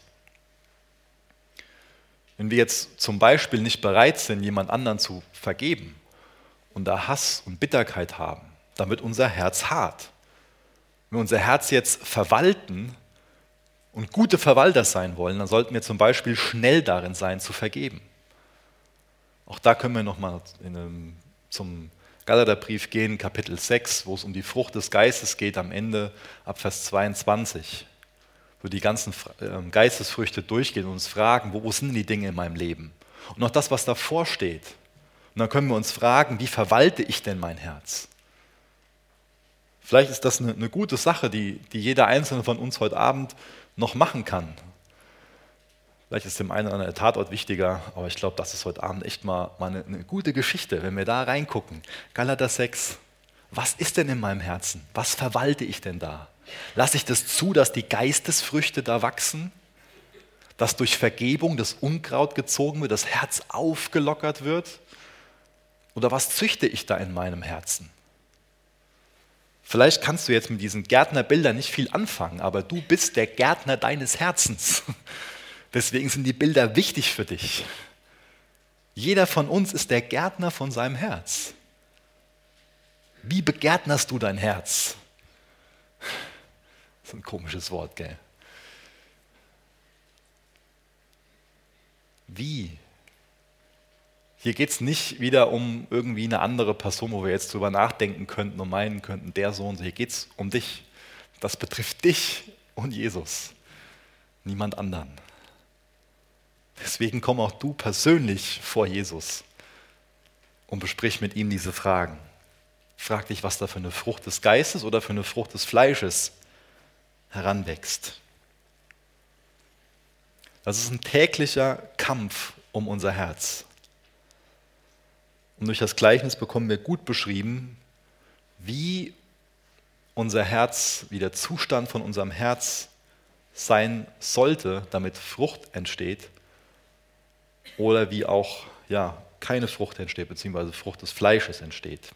Wenn wir jetzt zum Beispiel nicht bereit sind, jemand anderen zu vergeben und da Hass und Bitterkeit haben, dann wird unser Herz hart. Wenn wir unser Herz jetzt verwalten und gute Verwalter sein wollen, dann sollten wir zum Beispiel schnell darin sein, zu vergeben. Auch da können wir nochmal zum Galaterbrief gehen, Kapitel 6, wo es um die Frucht des Geistes geht, am Ende ab Vers 22, wo die ganzen Geistesfrüchte durchgehen und uns fragen, wo sind denn die Dinge in meinem Leben? Und auch das, was davor steht. Und dann können wir uns fragen, wie verwalte ich denn mein Herz? Vielleicht ist das eine gute Sache, die jeder Einzelne von uns heute Abend noch machen kann. Vielleicht ist dem einen oder anderen der Tatort wichtiger, aber ich glaube, das ist heute Abend echt mal eine gute Geschichte, wenn wir da reingucken. Galater 6, was ist denn in meinem Herzen? Was verwalte ich denn da? Lasse ich das zu, dass die Geistesfrüchte da wachsen? Dass durch Vergebung das Unkraut gezogen wird, das Herz aufgelockert wird? Oder was züchte ich da in meinem Herzen? Vielleicht kannst du jetzt mit diesen Gärtnerbildern nicht viel anfangen, aber du bist der Gärtner deines Herzens. Deswegen sind die Bilder wichtig für dich. Jeder von uns ist der Gärtner von seinem Herz. Wie begärtnerst du dein Herz? Das ist ein komisches Wort, gell? Wie? Hier geht es nicht wieder um irgendwie eine andere Person, wo wir jetzt drüber nachdenken könnten und meinen könnten, der so und so. Hier geht es um dich. Das betrifft dich und Jesus, niemand anderen. Deswegen komm auch du persönlich vor Jesus und besprich mit ihm diese Fragen. Frag dich, was da für eine Frucht des Geistes oder für eine Frucht des Fleisches heranwächst. Das ist ein täglicher Kampf um unser Herz. Und durch das Gleichnis bekommen wir gut beschrieben, wie unser Herz, wie der Zustand von unserem Herz sein sollte, damit Frucht entsteht, oder wie auch keine Frucht entsteht, beziehungsweise Frucht des Fleisches entsteht.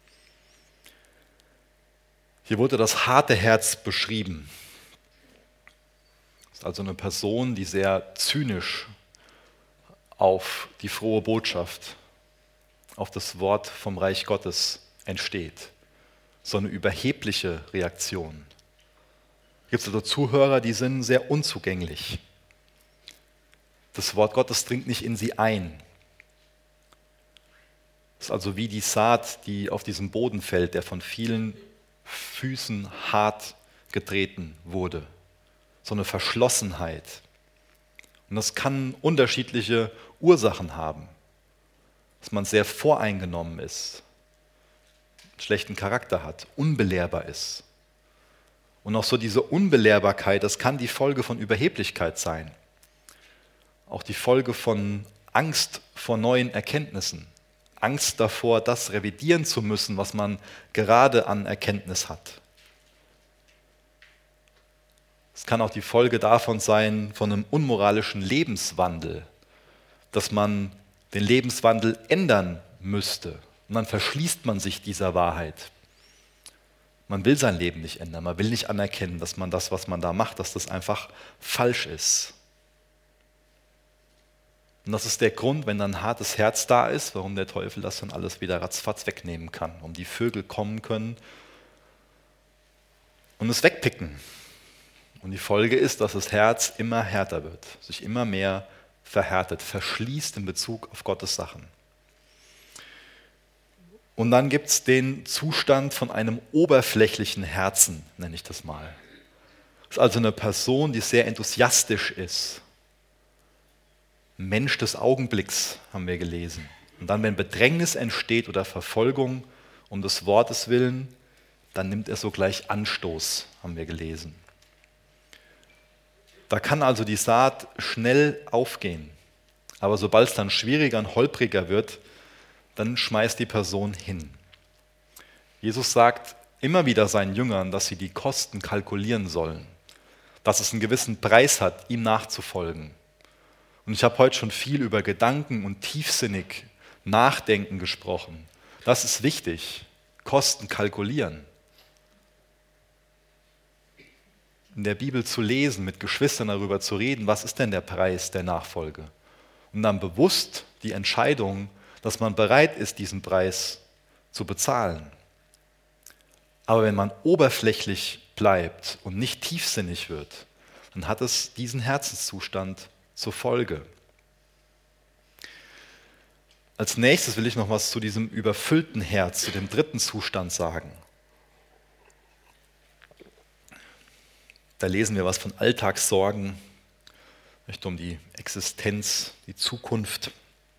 Hier wurde das harte Herz beschrieben. Das ist also eine Person, die sehr zynisch auf die frohe Botschaft, auf das Wort vom Reich Gottes entsteht. So eine überhebliche Reaktion. Gibt es also Zuhörer, die sind sehr unzugänglich. Das Wort Gottes dringt nicht in sie ein. Das ist also wie die Saat, die auf diesem Boden fällt, der von vielen Füßen hart getreten wurde. So eine Verschlossenheit. Und das kann unterschiedliche Ursachen haben. Dass man sehr voreingenommen ist, einen schlechten Charakter hat, unbelehrbar ist. Und auch so diese Unbelehrbarkeit, das kann die Folge von Überheblichkeit sein. Auch die Folge von Angst vor neuen Erkenntnissen. Angst davor, das revidieren zu müssen, was man gerade an Erkenntnis hat. Es kann auch die Folge davon sein, von einem unmoralischen Lebenswandel, dass man den Lebenswandel ändern müsste. Und dann verschließt man sich dieser Wahrheit. Man will sein Leben nicht ändern, man will nicht anerkennen, dass man das, was man da macht, dass das einfach falsch ist. Und das ist der Grund, wenn dann ein hartes Herz da ist, warum der Teufel das dann alles wieder ratzfatz wegnehmen kann, um die Vögel kommen können und es wegpicken. Und die Folge ist, dass das Herz immer härter wird, sich immer mehr verhärtet, verschließt in Bezug auf Gottes Sachen. Und dann gibt es den Zustand von einem oberflächlichen Herzen, nenne ich das mal. Das ist also eine Person, die sehr enthusiastisch ist. Mensch des Augenblicks, haben wir gelesen. Und dann, wenn Bedrängnis entsteht oder Verfolgung um des Wortes willen, dann nimmt er sogleich Anstoß, haben wir gelesen. Da kann also die Saat schnell aufgehen. Aber sobald es dann schwieriger und holpriger wird, dann schmeißt die Person hin. Jesus sagt immer wieder seinen Jüngern, dass sie die Kosten kalkulieren sollen, dass es einen gewissen Preis hat, ihm nachzufolgen. Und ich habe heute schon viel über Gedanken und tiefsinnig Nachdenken gesprochen. Das ist wichtig, Kosten kalkulieren. In der Bibel zu lesen, mit Geschwistern darüber zu reden, was ist denn der Preis der Nachfolge? Und dann bewusst die Entscheidung, dass man bereit ist, diesen Preis zu bezahlen. Aber wenn man oberflächlich bleibt und nicht tiefsinnig wird, dann hat es diesen Herzenszustand zur Folge. Als nächstes will ich noch was zu diesem überfüllten Herz, zu dem dritten Zustand sagen. Da lesen wir was von Alltagssorgen, nicht um die Existenz, die Zukunft.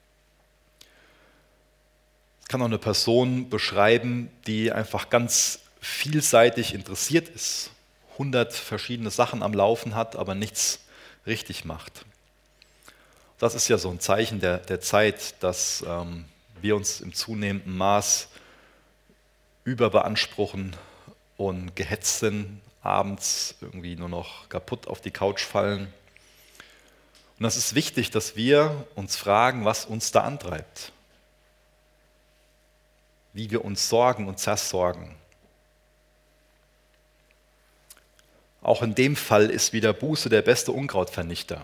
Es kann auch eine Person beschreiben, die einfach ganz vielseitig interessiert ist, 100 verschiedene Sachen am Laufen hat, aber nichts richtig macht. Das ist ja so ein Zeichen der Zeit, dass wir uns im zunehmenden Maß überbeanspruchen und gehetzt sind, abends irgendwie nur noch kaputt auf die Couch fallen. Und das ist wichtig, dass wir uns fragen, was uns da antreibt. Wie wir uns sorgen und zersorgen. Auch in dem Fall ist wieder Buße der beste Unkrautvernichter.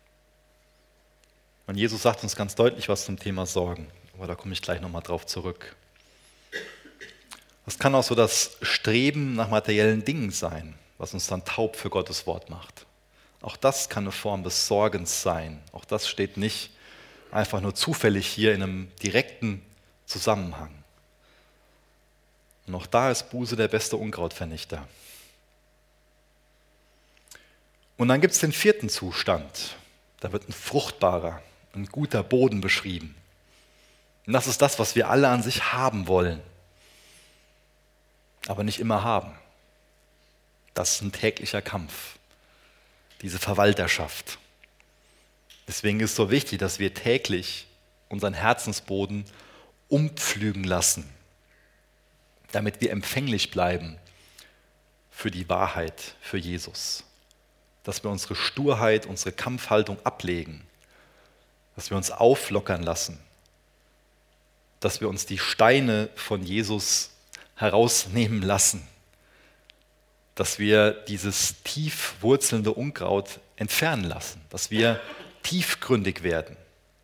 Und Jesus sagt uns ganz deutlich was zum Thema Sorgen. Aber da komme ich gleich nochmal drauf zurück. Das kann auch so das Streben nach materiellen Dingen sein, was uns dann taub für Gottes Wort macht. Auch das kann eine Form des Sorgens sein. Auch das steht nicht einfach nur zufällig hier in einem direkten Zusammenhang. Und auch da ist Buße der beste Unkrautvernichter. Und dann gibt es den vierten Zustand. Da wird ein fruchtbarer, ein guter Boden beschrieben. Und das ist das, was wir alle an sich haben wollen, aber nicht immer haben. Das ist ein täglicher Kampf, diese Verwalterschaft. Deswegen ist es so wichtig, dass wir täglich unseren Herzensboden umpflügen lassen, damit wir empfänglich bleiben für die Wahrheit, für Jesus. Dass wir unsere Sturheit, unsere Kampfhaltung ablegen, dass wir uns auflockern lassen, dass wir uns die Steine von Jesus herausnehmen lassen, dass wir dieses tief wurzelnde Unkraut entfernen lassen, dass wir tiefgründig werden.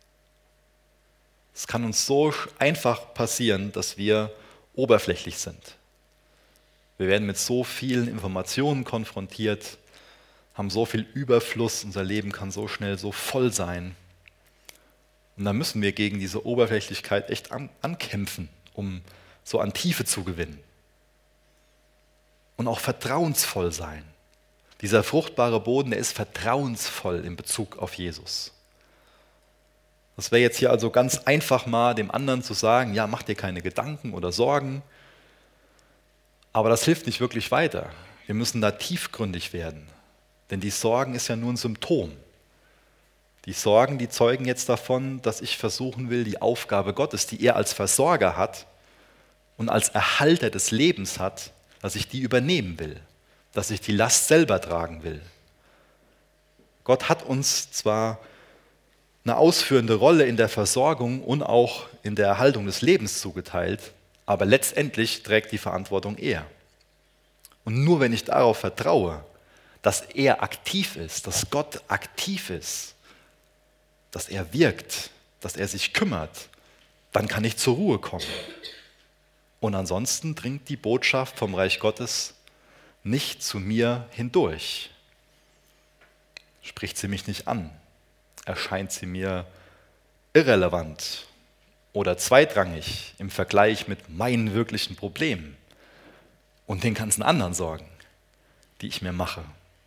Es kann uns so einfach passieren, dass wir oberflächlich sind. Wir werden mit so vielen Informationen konfrontiert, haben so viel Überfluss, unser Leben kann so schnell so voll sein. Und da müssen wir gegen diese Oberflächlichkeit echt ankämpfen, um so an Tiefe zu gewinnen. Und auch vertrauensvoll sein. Dieser fruchtbare Boden, der ist vertrauensvoll in Bezug auf Jesus. Das wäre jetzt hier also ganz einfach mal dem anderen zu sagen, ja, mach dir keine Gedanken oder Sorgen. Aber das hilft nicht wirklich weiter. Wir müssen da tiefgründig werden. Denn die Sorgen ist ja nur ein Symptom. Die Sorgen, die zeugen jetzt davon, dass ich versuchen will, die Aufgabe Gottes, die er als Versorger hat und als Erhalter des Lebens hat, dass ich die übernehmen will, dass ich die Last selber tragen will. Gott hat uns zwar eine ausführende Rolle in der Versorgung und auch in der Erhaltung des Lebens zugeteilt, aber letztendlich trägt die Verantwortung er. Und nur wenn ich darauf vertraue, dass er aktiv ist, dass Gott aktiv ist, dass er wirkt, dass er sich kümmert, dann kann ich zur Ruhe kommen. Und ansonsten dringt die Botschaft vom Reich Gottes nicht zu mir hindurch. Spricht sie mich nicht an, erscheint sie mir irrelevant oder zweitrangig im Vergleich mit meinen wirklichen Problemen und den ganzen anderen Sorgen, die ich mir mache.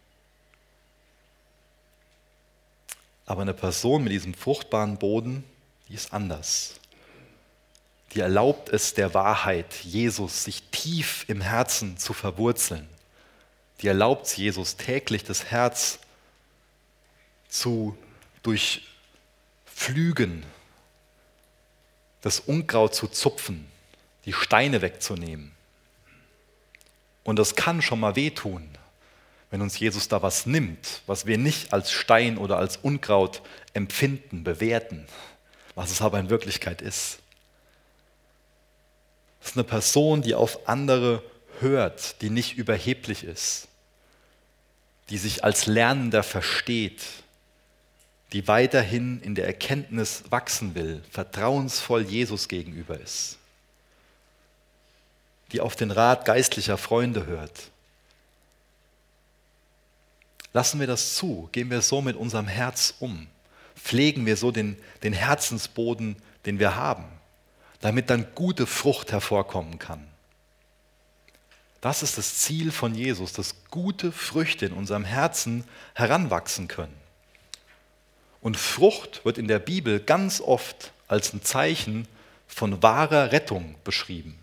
Aber eine Person mit diesem fruchtbaren Boden, die ist anders. Die erlaubt es der Wahrheit, Jesus, sich tief im Herzen zu verwurzeln. Die erlaubt es Jesus täglich, das Herz zu durchpflügen, das Unkraut zu zupfen, die Steine wegzunehmen. Und das kann schon mal wehtun, wenn uns Jesus da was nimmt, was wir nicht als Stein oder als Unkraut empfinden, bewerten, was es aber in Wirklichkeit ist. Das ist eine Person, die auf andere hört, die nicht überheblich ist, die sich als Lernender versteht, die weiterhin in der Erkenntnis wachsen will, vertrauensvoll Jesus gegenüber ist, die auf den Rat geistlicher Freunde hört. Lassen wir das zu, gehen wir so mit unserem Herz um, pflegen wir so den Herzensboden den wir haben, damit dann gute Frucht hervorkommen kann. Das ist das Ziel von Jesus, dass gute Früchte in unserem Herzen heranwachsen können. Und Frucht wird in der Bibel ganz oft als ein Zeichen von wahrer Rettung beschrieben.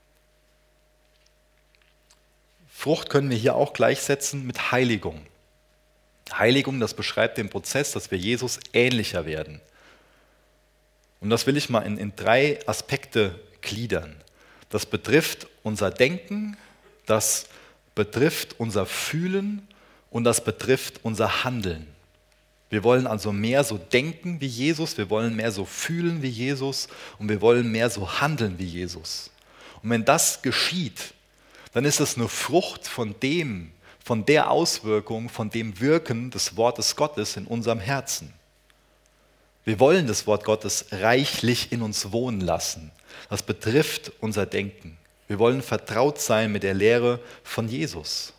Frucht können wir hier auch gleichsetzen mit Heiligung. Heiligung, das beschreibt den Prozess, dass wir Jesus ähnlicher werden. Und das will ich mal in 3 Aspekte gliedern. Das betrifft unser Denken, das betrifft unser Fühlen und das betrifft unser Handeln. Wir wollen also mehr so denken wie Jesus, wir wollen mehr so fühlen wie Jesus und wir wollen mehr so handeln wie Jesus. Und wenn das geschieht, dann ist es eine Frucht von der Auswirkung, von dem Wirken des Wortes Gottes in unserem Herzen. Wir wollen das Wort Gottes reichlich in uns wohnen lassen. Das betrifft unser Denken. Wir wollen vertraut sein mit der Lehre von Jesus.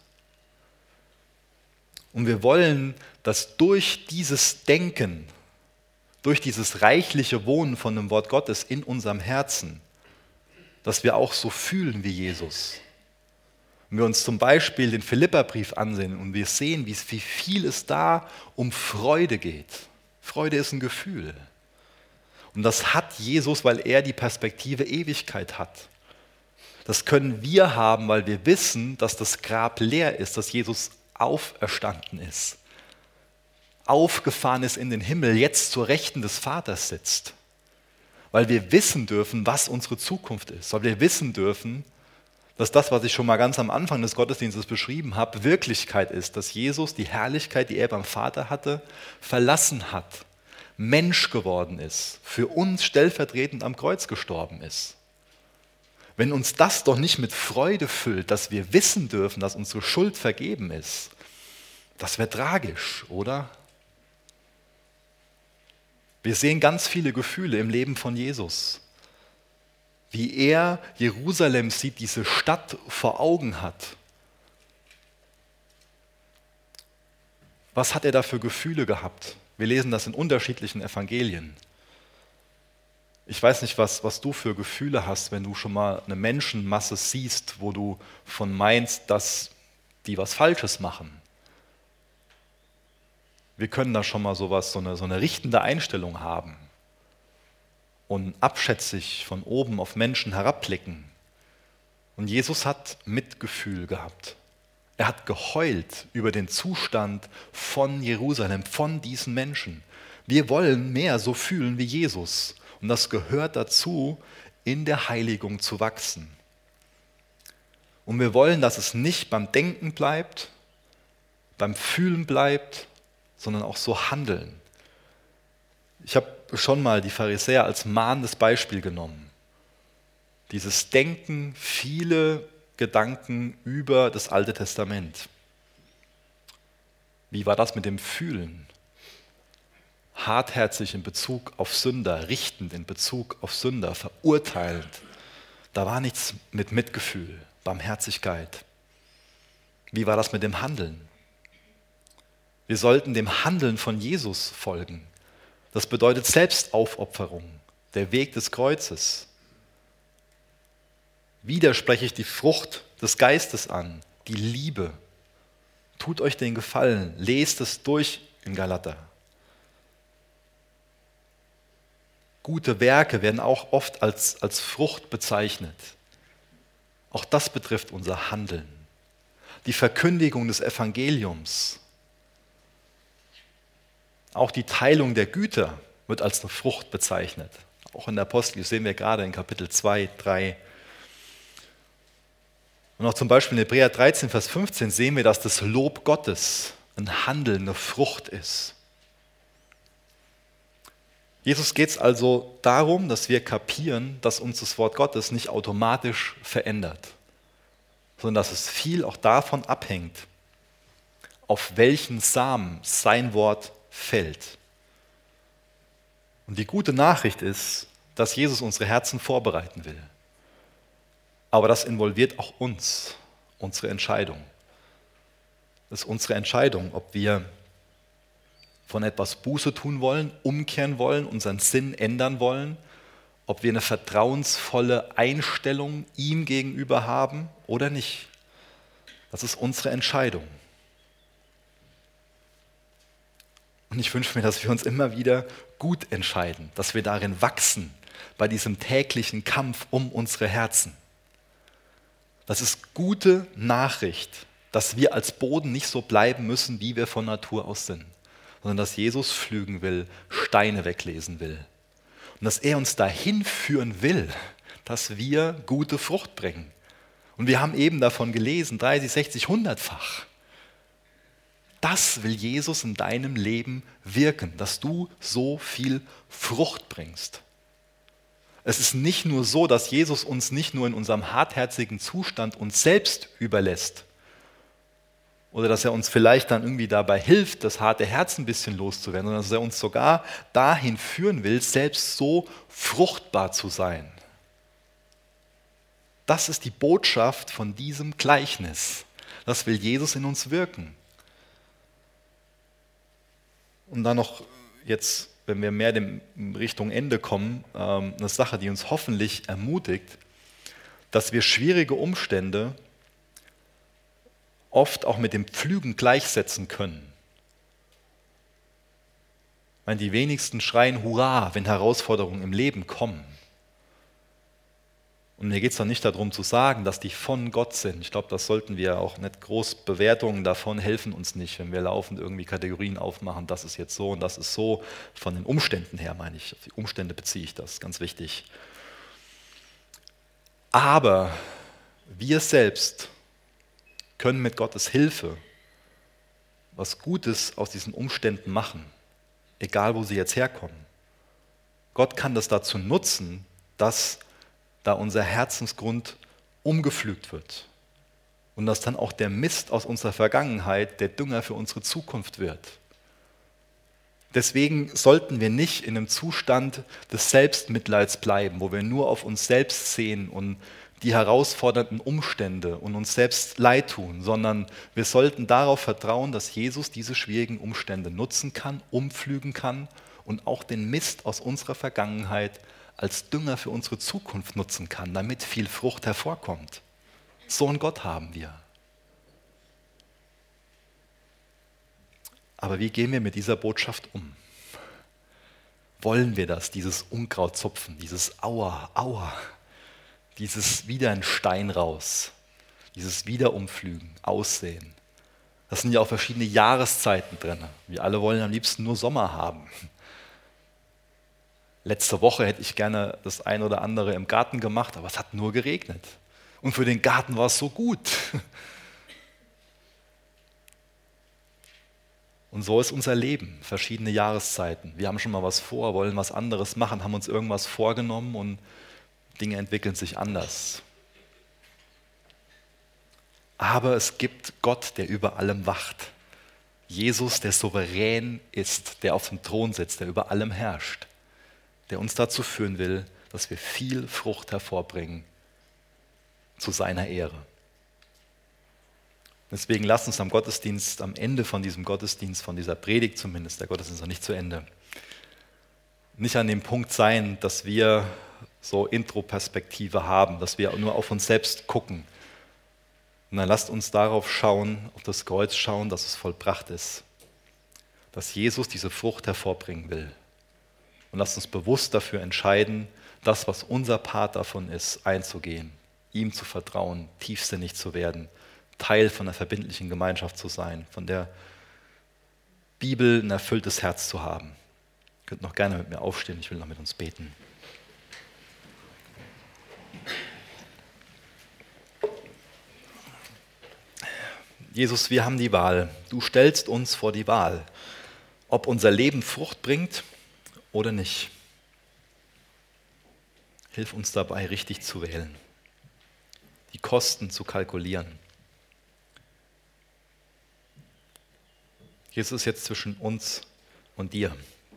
Und wir wollen, dass durch dieses Denken, durch dieses reichliche Wohnen von dem Wort Gottes in unserem Herzen, dass wir auch so fühlen wie Jesus. Wenn wir uns zum Beispiel den Philipperbrief ansehen und wir sehen, wie viel es da um Freude geht. Freude ist ein Gefühl. Und das hat Jesus, weil er die Perspektive Ewigkeit hat. Das können wir haben, weil wir wissen, dass das Grab leer ist, dass Jesus auferstanden ist, aufgefahren ist in den Himmel, jetzt zur Rechten des Vaters sitzt. Weil wir wissen dürfen, was unsere Zukunft ist. Weil wir wissen dürfen, dass das, was ich schon mal ganz am Anfang des Gottesdienstes beschrieben habe, Wirklichkeit ist, dass Jesus die Herrlichkeit, die er beim Vater hatte, verlassen hat, Mensch geworden ist, für uns stellvertretend am Kreuz gestorben ist. Wenn uns das doch nicht mit Freude füllt, dass wir wissen dürfen, dass unsere Schuld vergeben ist, das wäre tragisch, oder? Wir sehen ganz viele Gefühle im Leben von Jesus. Wie er Jerusalem sieht, diese Stadt vor Augen hat. Was hat er da für Gefühle gehabt? Wir lesen das in unterschiedlichen Evangelien. Ich weiß nicht, was du für Gefühle hast, wenn du schon mal eine Menschenmasse siehst, wo du von meinst, dass die was Falsches machen. Wir können da schon mal so eine richtende Einstellung haben und abschätzig von oben auf Menschen herabblicken. Und Jesus hat Mitgefühl gehabt. Er hat geheult über den Zustand von Jerusalem, von diesen Menschen. Wir wollen mehr so fühlen wie Jesus. Und das gehört dazu, in der Heiligung zu wachsen. Und wir wollen, dass es nicht beim Denken bleibt, beim Fühlen bleibt, sondern auch so handeln. Ich habe schon mal die Pharisäer als mahnendes Beispiel genommen. Dieses Denken, viele Gedanken über das Alte Testament. Wie war das mit dem Fühlen? Hartherzig in Bezug auf Sünder, richtend in Bezug auf Sünder, verurteilend. Da war nichts mit Mitgefühl, Barmherzigkeit. Wie war das mit dem Handeln? Wir sollten dem Handeln von Jesus folgen. Das bedeutet Selbstaufopferung, der Weg des Kreuzes. Wieder spreche ich die Frucht des Geistes an, die Liebe. Tut euch den Gefallen, lest es durch in Galater. Gute Werke werden auch oft als Frucht bezeichnet. Auch das betrifft unser Handeln. Die Verkündigung des Evangeliums. Auch die Teilung der Güter wird als eine Frucht bezeichnet. Auch in der Apostel, das sehen wir gerade in Kapitel 2, 3. Und auch zum Beispiel in Hebräer 13, Vers 15 sehen wir, dass das Lob Gottes ein Handeln, eine Frucht ist. Jesus geht es also darum, dass wir kapieren, dass uns das Wort Gottes nicht automatisch verändert, sondern dass es viel auch davon abhängt, auf welchen Samen sein Wort fällt. Und die gute Nachricht ist, dass Jesus unsere Herzen vorbereiten will. Aber das involviert auch uns, unsere Entscheidung. Das ist unsere Entscheidung, ob wir von etwas Buße tun wollen, umkehren wollen, unseren Sinn ändern wollen ob wir eine vertrauensvolle Einstellung ihm gegenüber haben oder nicht. Das ist unsere Entscheidung. Und ich wünsche mir, dass wir uns immer wieder gut entscheiden, dass wir darin wachsen, bei diesem täglichen Kampf um unsere Herzen. Das ist gute Nachricht, dass wir als Boden nicht so bleiben müssen, wie wir von Natur aus sind, sondern dass Jesus pflügen will, Steine weglesen will. Und dass er uns dahin führen will, dass wir gute Frucht bringen. Und wir haben eben davon gelesen, 30, 60, 100-fach. Das will Jesus in deinem Leben wirken, dass du so viel Frucht bringst. Es ist nicht nur so, dass Jesus uns nicht nur in unserem hartherzigen Zustand uns selbst überlässt oder dass er uns vielleicht dann irgendwie dabei hilft, das harte Herz ein bisschen loszuwerden, sondern dass er uns sogar dahin führen will, selbst so fruchtbar zu sein. Das ist die Botschaft von diesem Gleichnis. Das will Jesus in uns wirken. Und dann noch jetzt, wenn wir mehr Richtung Ende kommen, eine Sache, die uns hoffentlich ermutigt, dass wir schwierige Umstände oft auch mit dem Pflügen gleichsetzen können. Ich meine, die wenigsten schreien Hurra, wenn Herausforderungen im Leben kommen. Und mir geht es dann nicht darum zu sagen, dass die von Gott sind. Ich glaube, das sollten wir auch nicht groß Bewertungen davon helfen uns nicht, wenn wir laufend irgendwie Kategorien aufmachen, das ist jetzt so und das ist so. Von den Umständen her meine ich, auf die Umstände beziehe ich das, ganz wichtig. Aber wir selbst können mit Gottes Hilfe was Gutes aus diesen Umständen machen, egal wo sie jetzt herkommen. Gott kann das dazu nutzen, dass da unser Herzensgrund umgepflügt wird und dass dann auch der Mist aus unserer Vergangenheit der Dünger für unsere Zukunft wird. Deswegen sollten wir nicht in einem Zustand des Selbstmitleids bleiben, wo wir nur auf uns selbst sehen und die herausfordernden Umstände und uns selbst leid tun, sondern wir sollten darauf vertrauen, dass Jesus diese schwierigen Umstände nutzen kann, umpflügen kann und auch den Mist aus unserer Vergangenheit als Dünger für unsere Zukunft nutzen kann, damit viel Frucht hervorkommt. So einen Gott haben wir. Aber wie gehen wir mit dieser Botschaft um? Wollen wir das, dieses Unkraut zupfen, dieses Aua, Aua, dieses wieder ein Stein raus, dieses Wiederumflügen, Aussehen? Das sind ja auch verschiedene Jahreszeiten drin. Wir alle wollen am liebsten nur Sommer haben. Letzte Woche hätte ich gerne das ein oder andere im Garten gemacht, aber es hat nur geregnet. Und für den Garten war es so gut. Und so ist unser Leben, verschiedene Jahreszeiten. Wir haben schon mal was vor, wollen was anderes machen, haben uns irgendwas vorgenommen und Dinge entwickeln sich anders. Aber es gibt Gott, der über allem wacht. Jesus, der souverän ist, der auf dem Thron sitzt, der über allem herrscht, der uns dazu führen will, dass wir viel Frucht hervorbringen zu seiner Ehre. Deswegen lasst uns am Gottesdienst, am Ende von diesem Gottesdienst, von dieser Predigt zumindest, der Gottesdienst ist noch nicht zu Ende, nicht an dem Punkt sein, dass wir so Intro-Perspektive haben, dass wir nur auf uns selbst gucken. Und dann lasst uns darauf schauen, auf das Kreuz schauen, dass es vollbracht ist, dass Jesus diese Frucht hervorbringen will. Und lasst uns bewusst dafür entscheiden, das, was unser Part davon ist, einzugehen, ihm zu vertrauen, tiefsinnig zu werden, Teil von einer verbindlichen Gemeinschaft zu sein, von der Bibel ein erfülltes Herz zu haben. Ihr könnt noch gerne mit mir aufstehen, ich will noch mit uns beten. Jesus, wir haben die Wahl. Du stellst uns vor die Wahl, ob unser Leben Frucht bringt oder nicht. Hilf uns dabei, richtig zu wählen, die Kosten zu kalkulieren. Jesus ist jetzt zwischen uns und dir.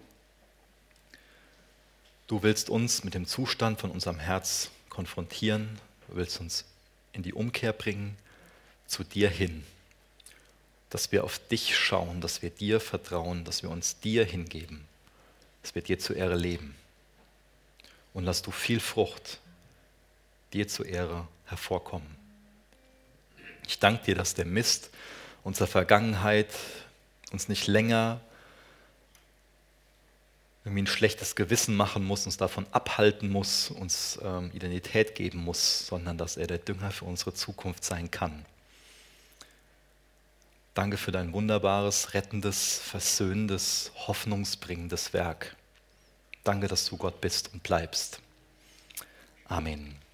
Du willst uns mit dem Zustand von unserem Herz konfrontieren, du willst uns in die Umkehr bringen, zu dir hin, dass wir auf dich schauen, dass wir dir vertrauen, dass wir uns dir hingeben, dass wir dir zur Ehre leben. und lass du viel Frucht dir zur Ehre hervorkommen. Ich danke dir, dass der Mist unserer Vergangenheit uns nicht länger irgendwie ein schlechtes Gewissen machen muss, uns davon abhalten muss, uns Identität geben muss, sondern dass er der Dünger für unsere Zukunft sein kann. Danke für dein wunderbares, rettendes, versöhnendes, hoffnungsbringendes Werk. Danke, dass du Gott bist und bleibst. Amen.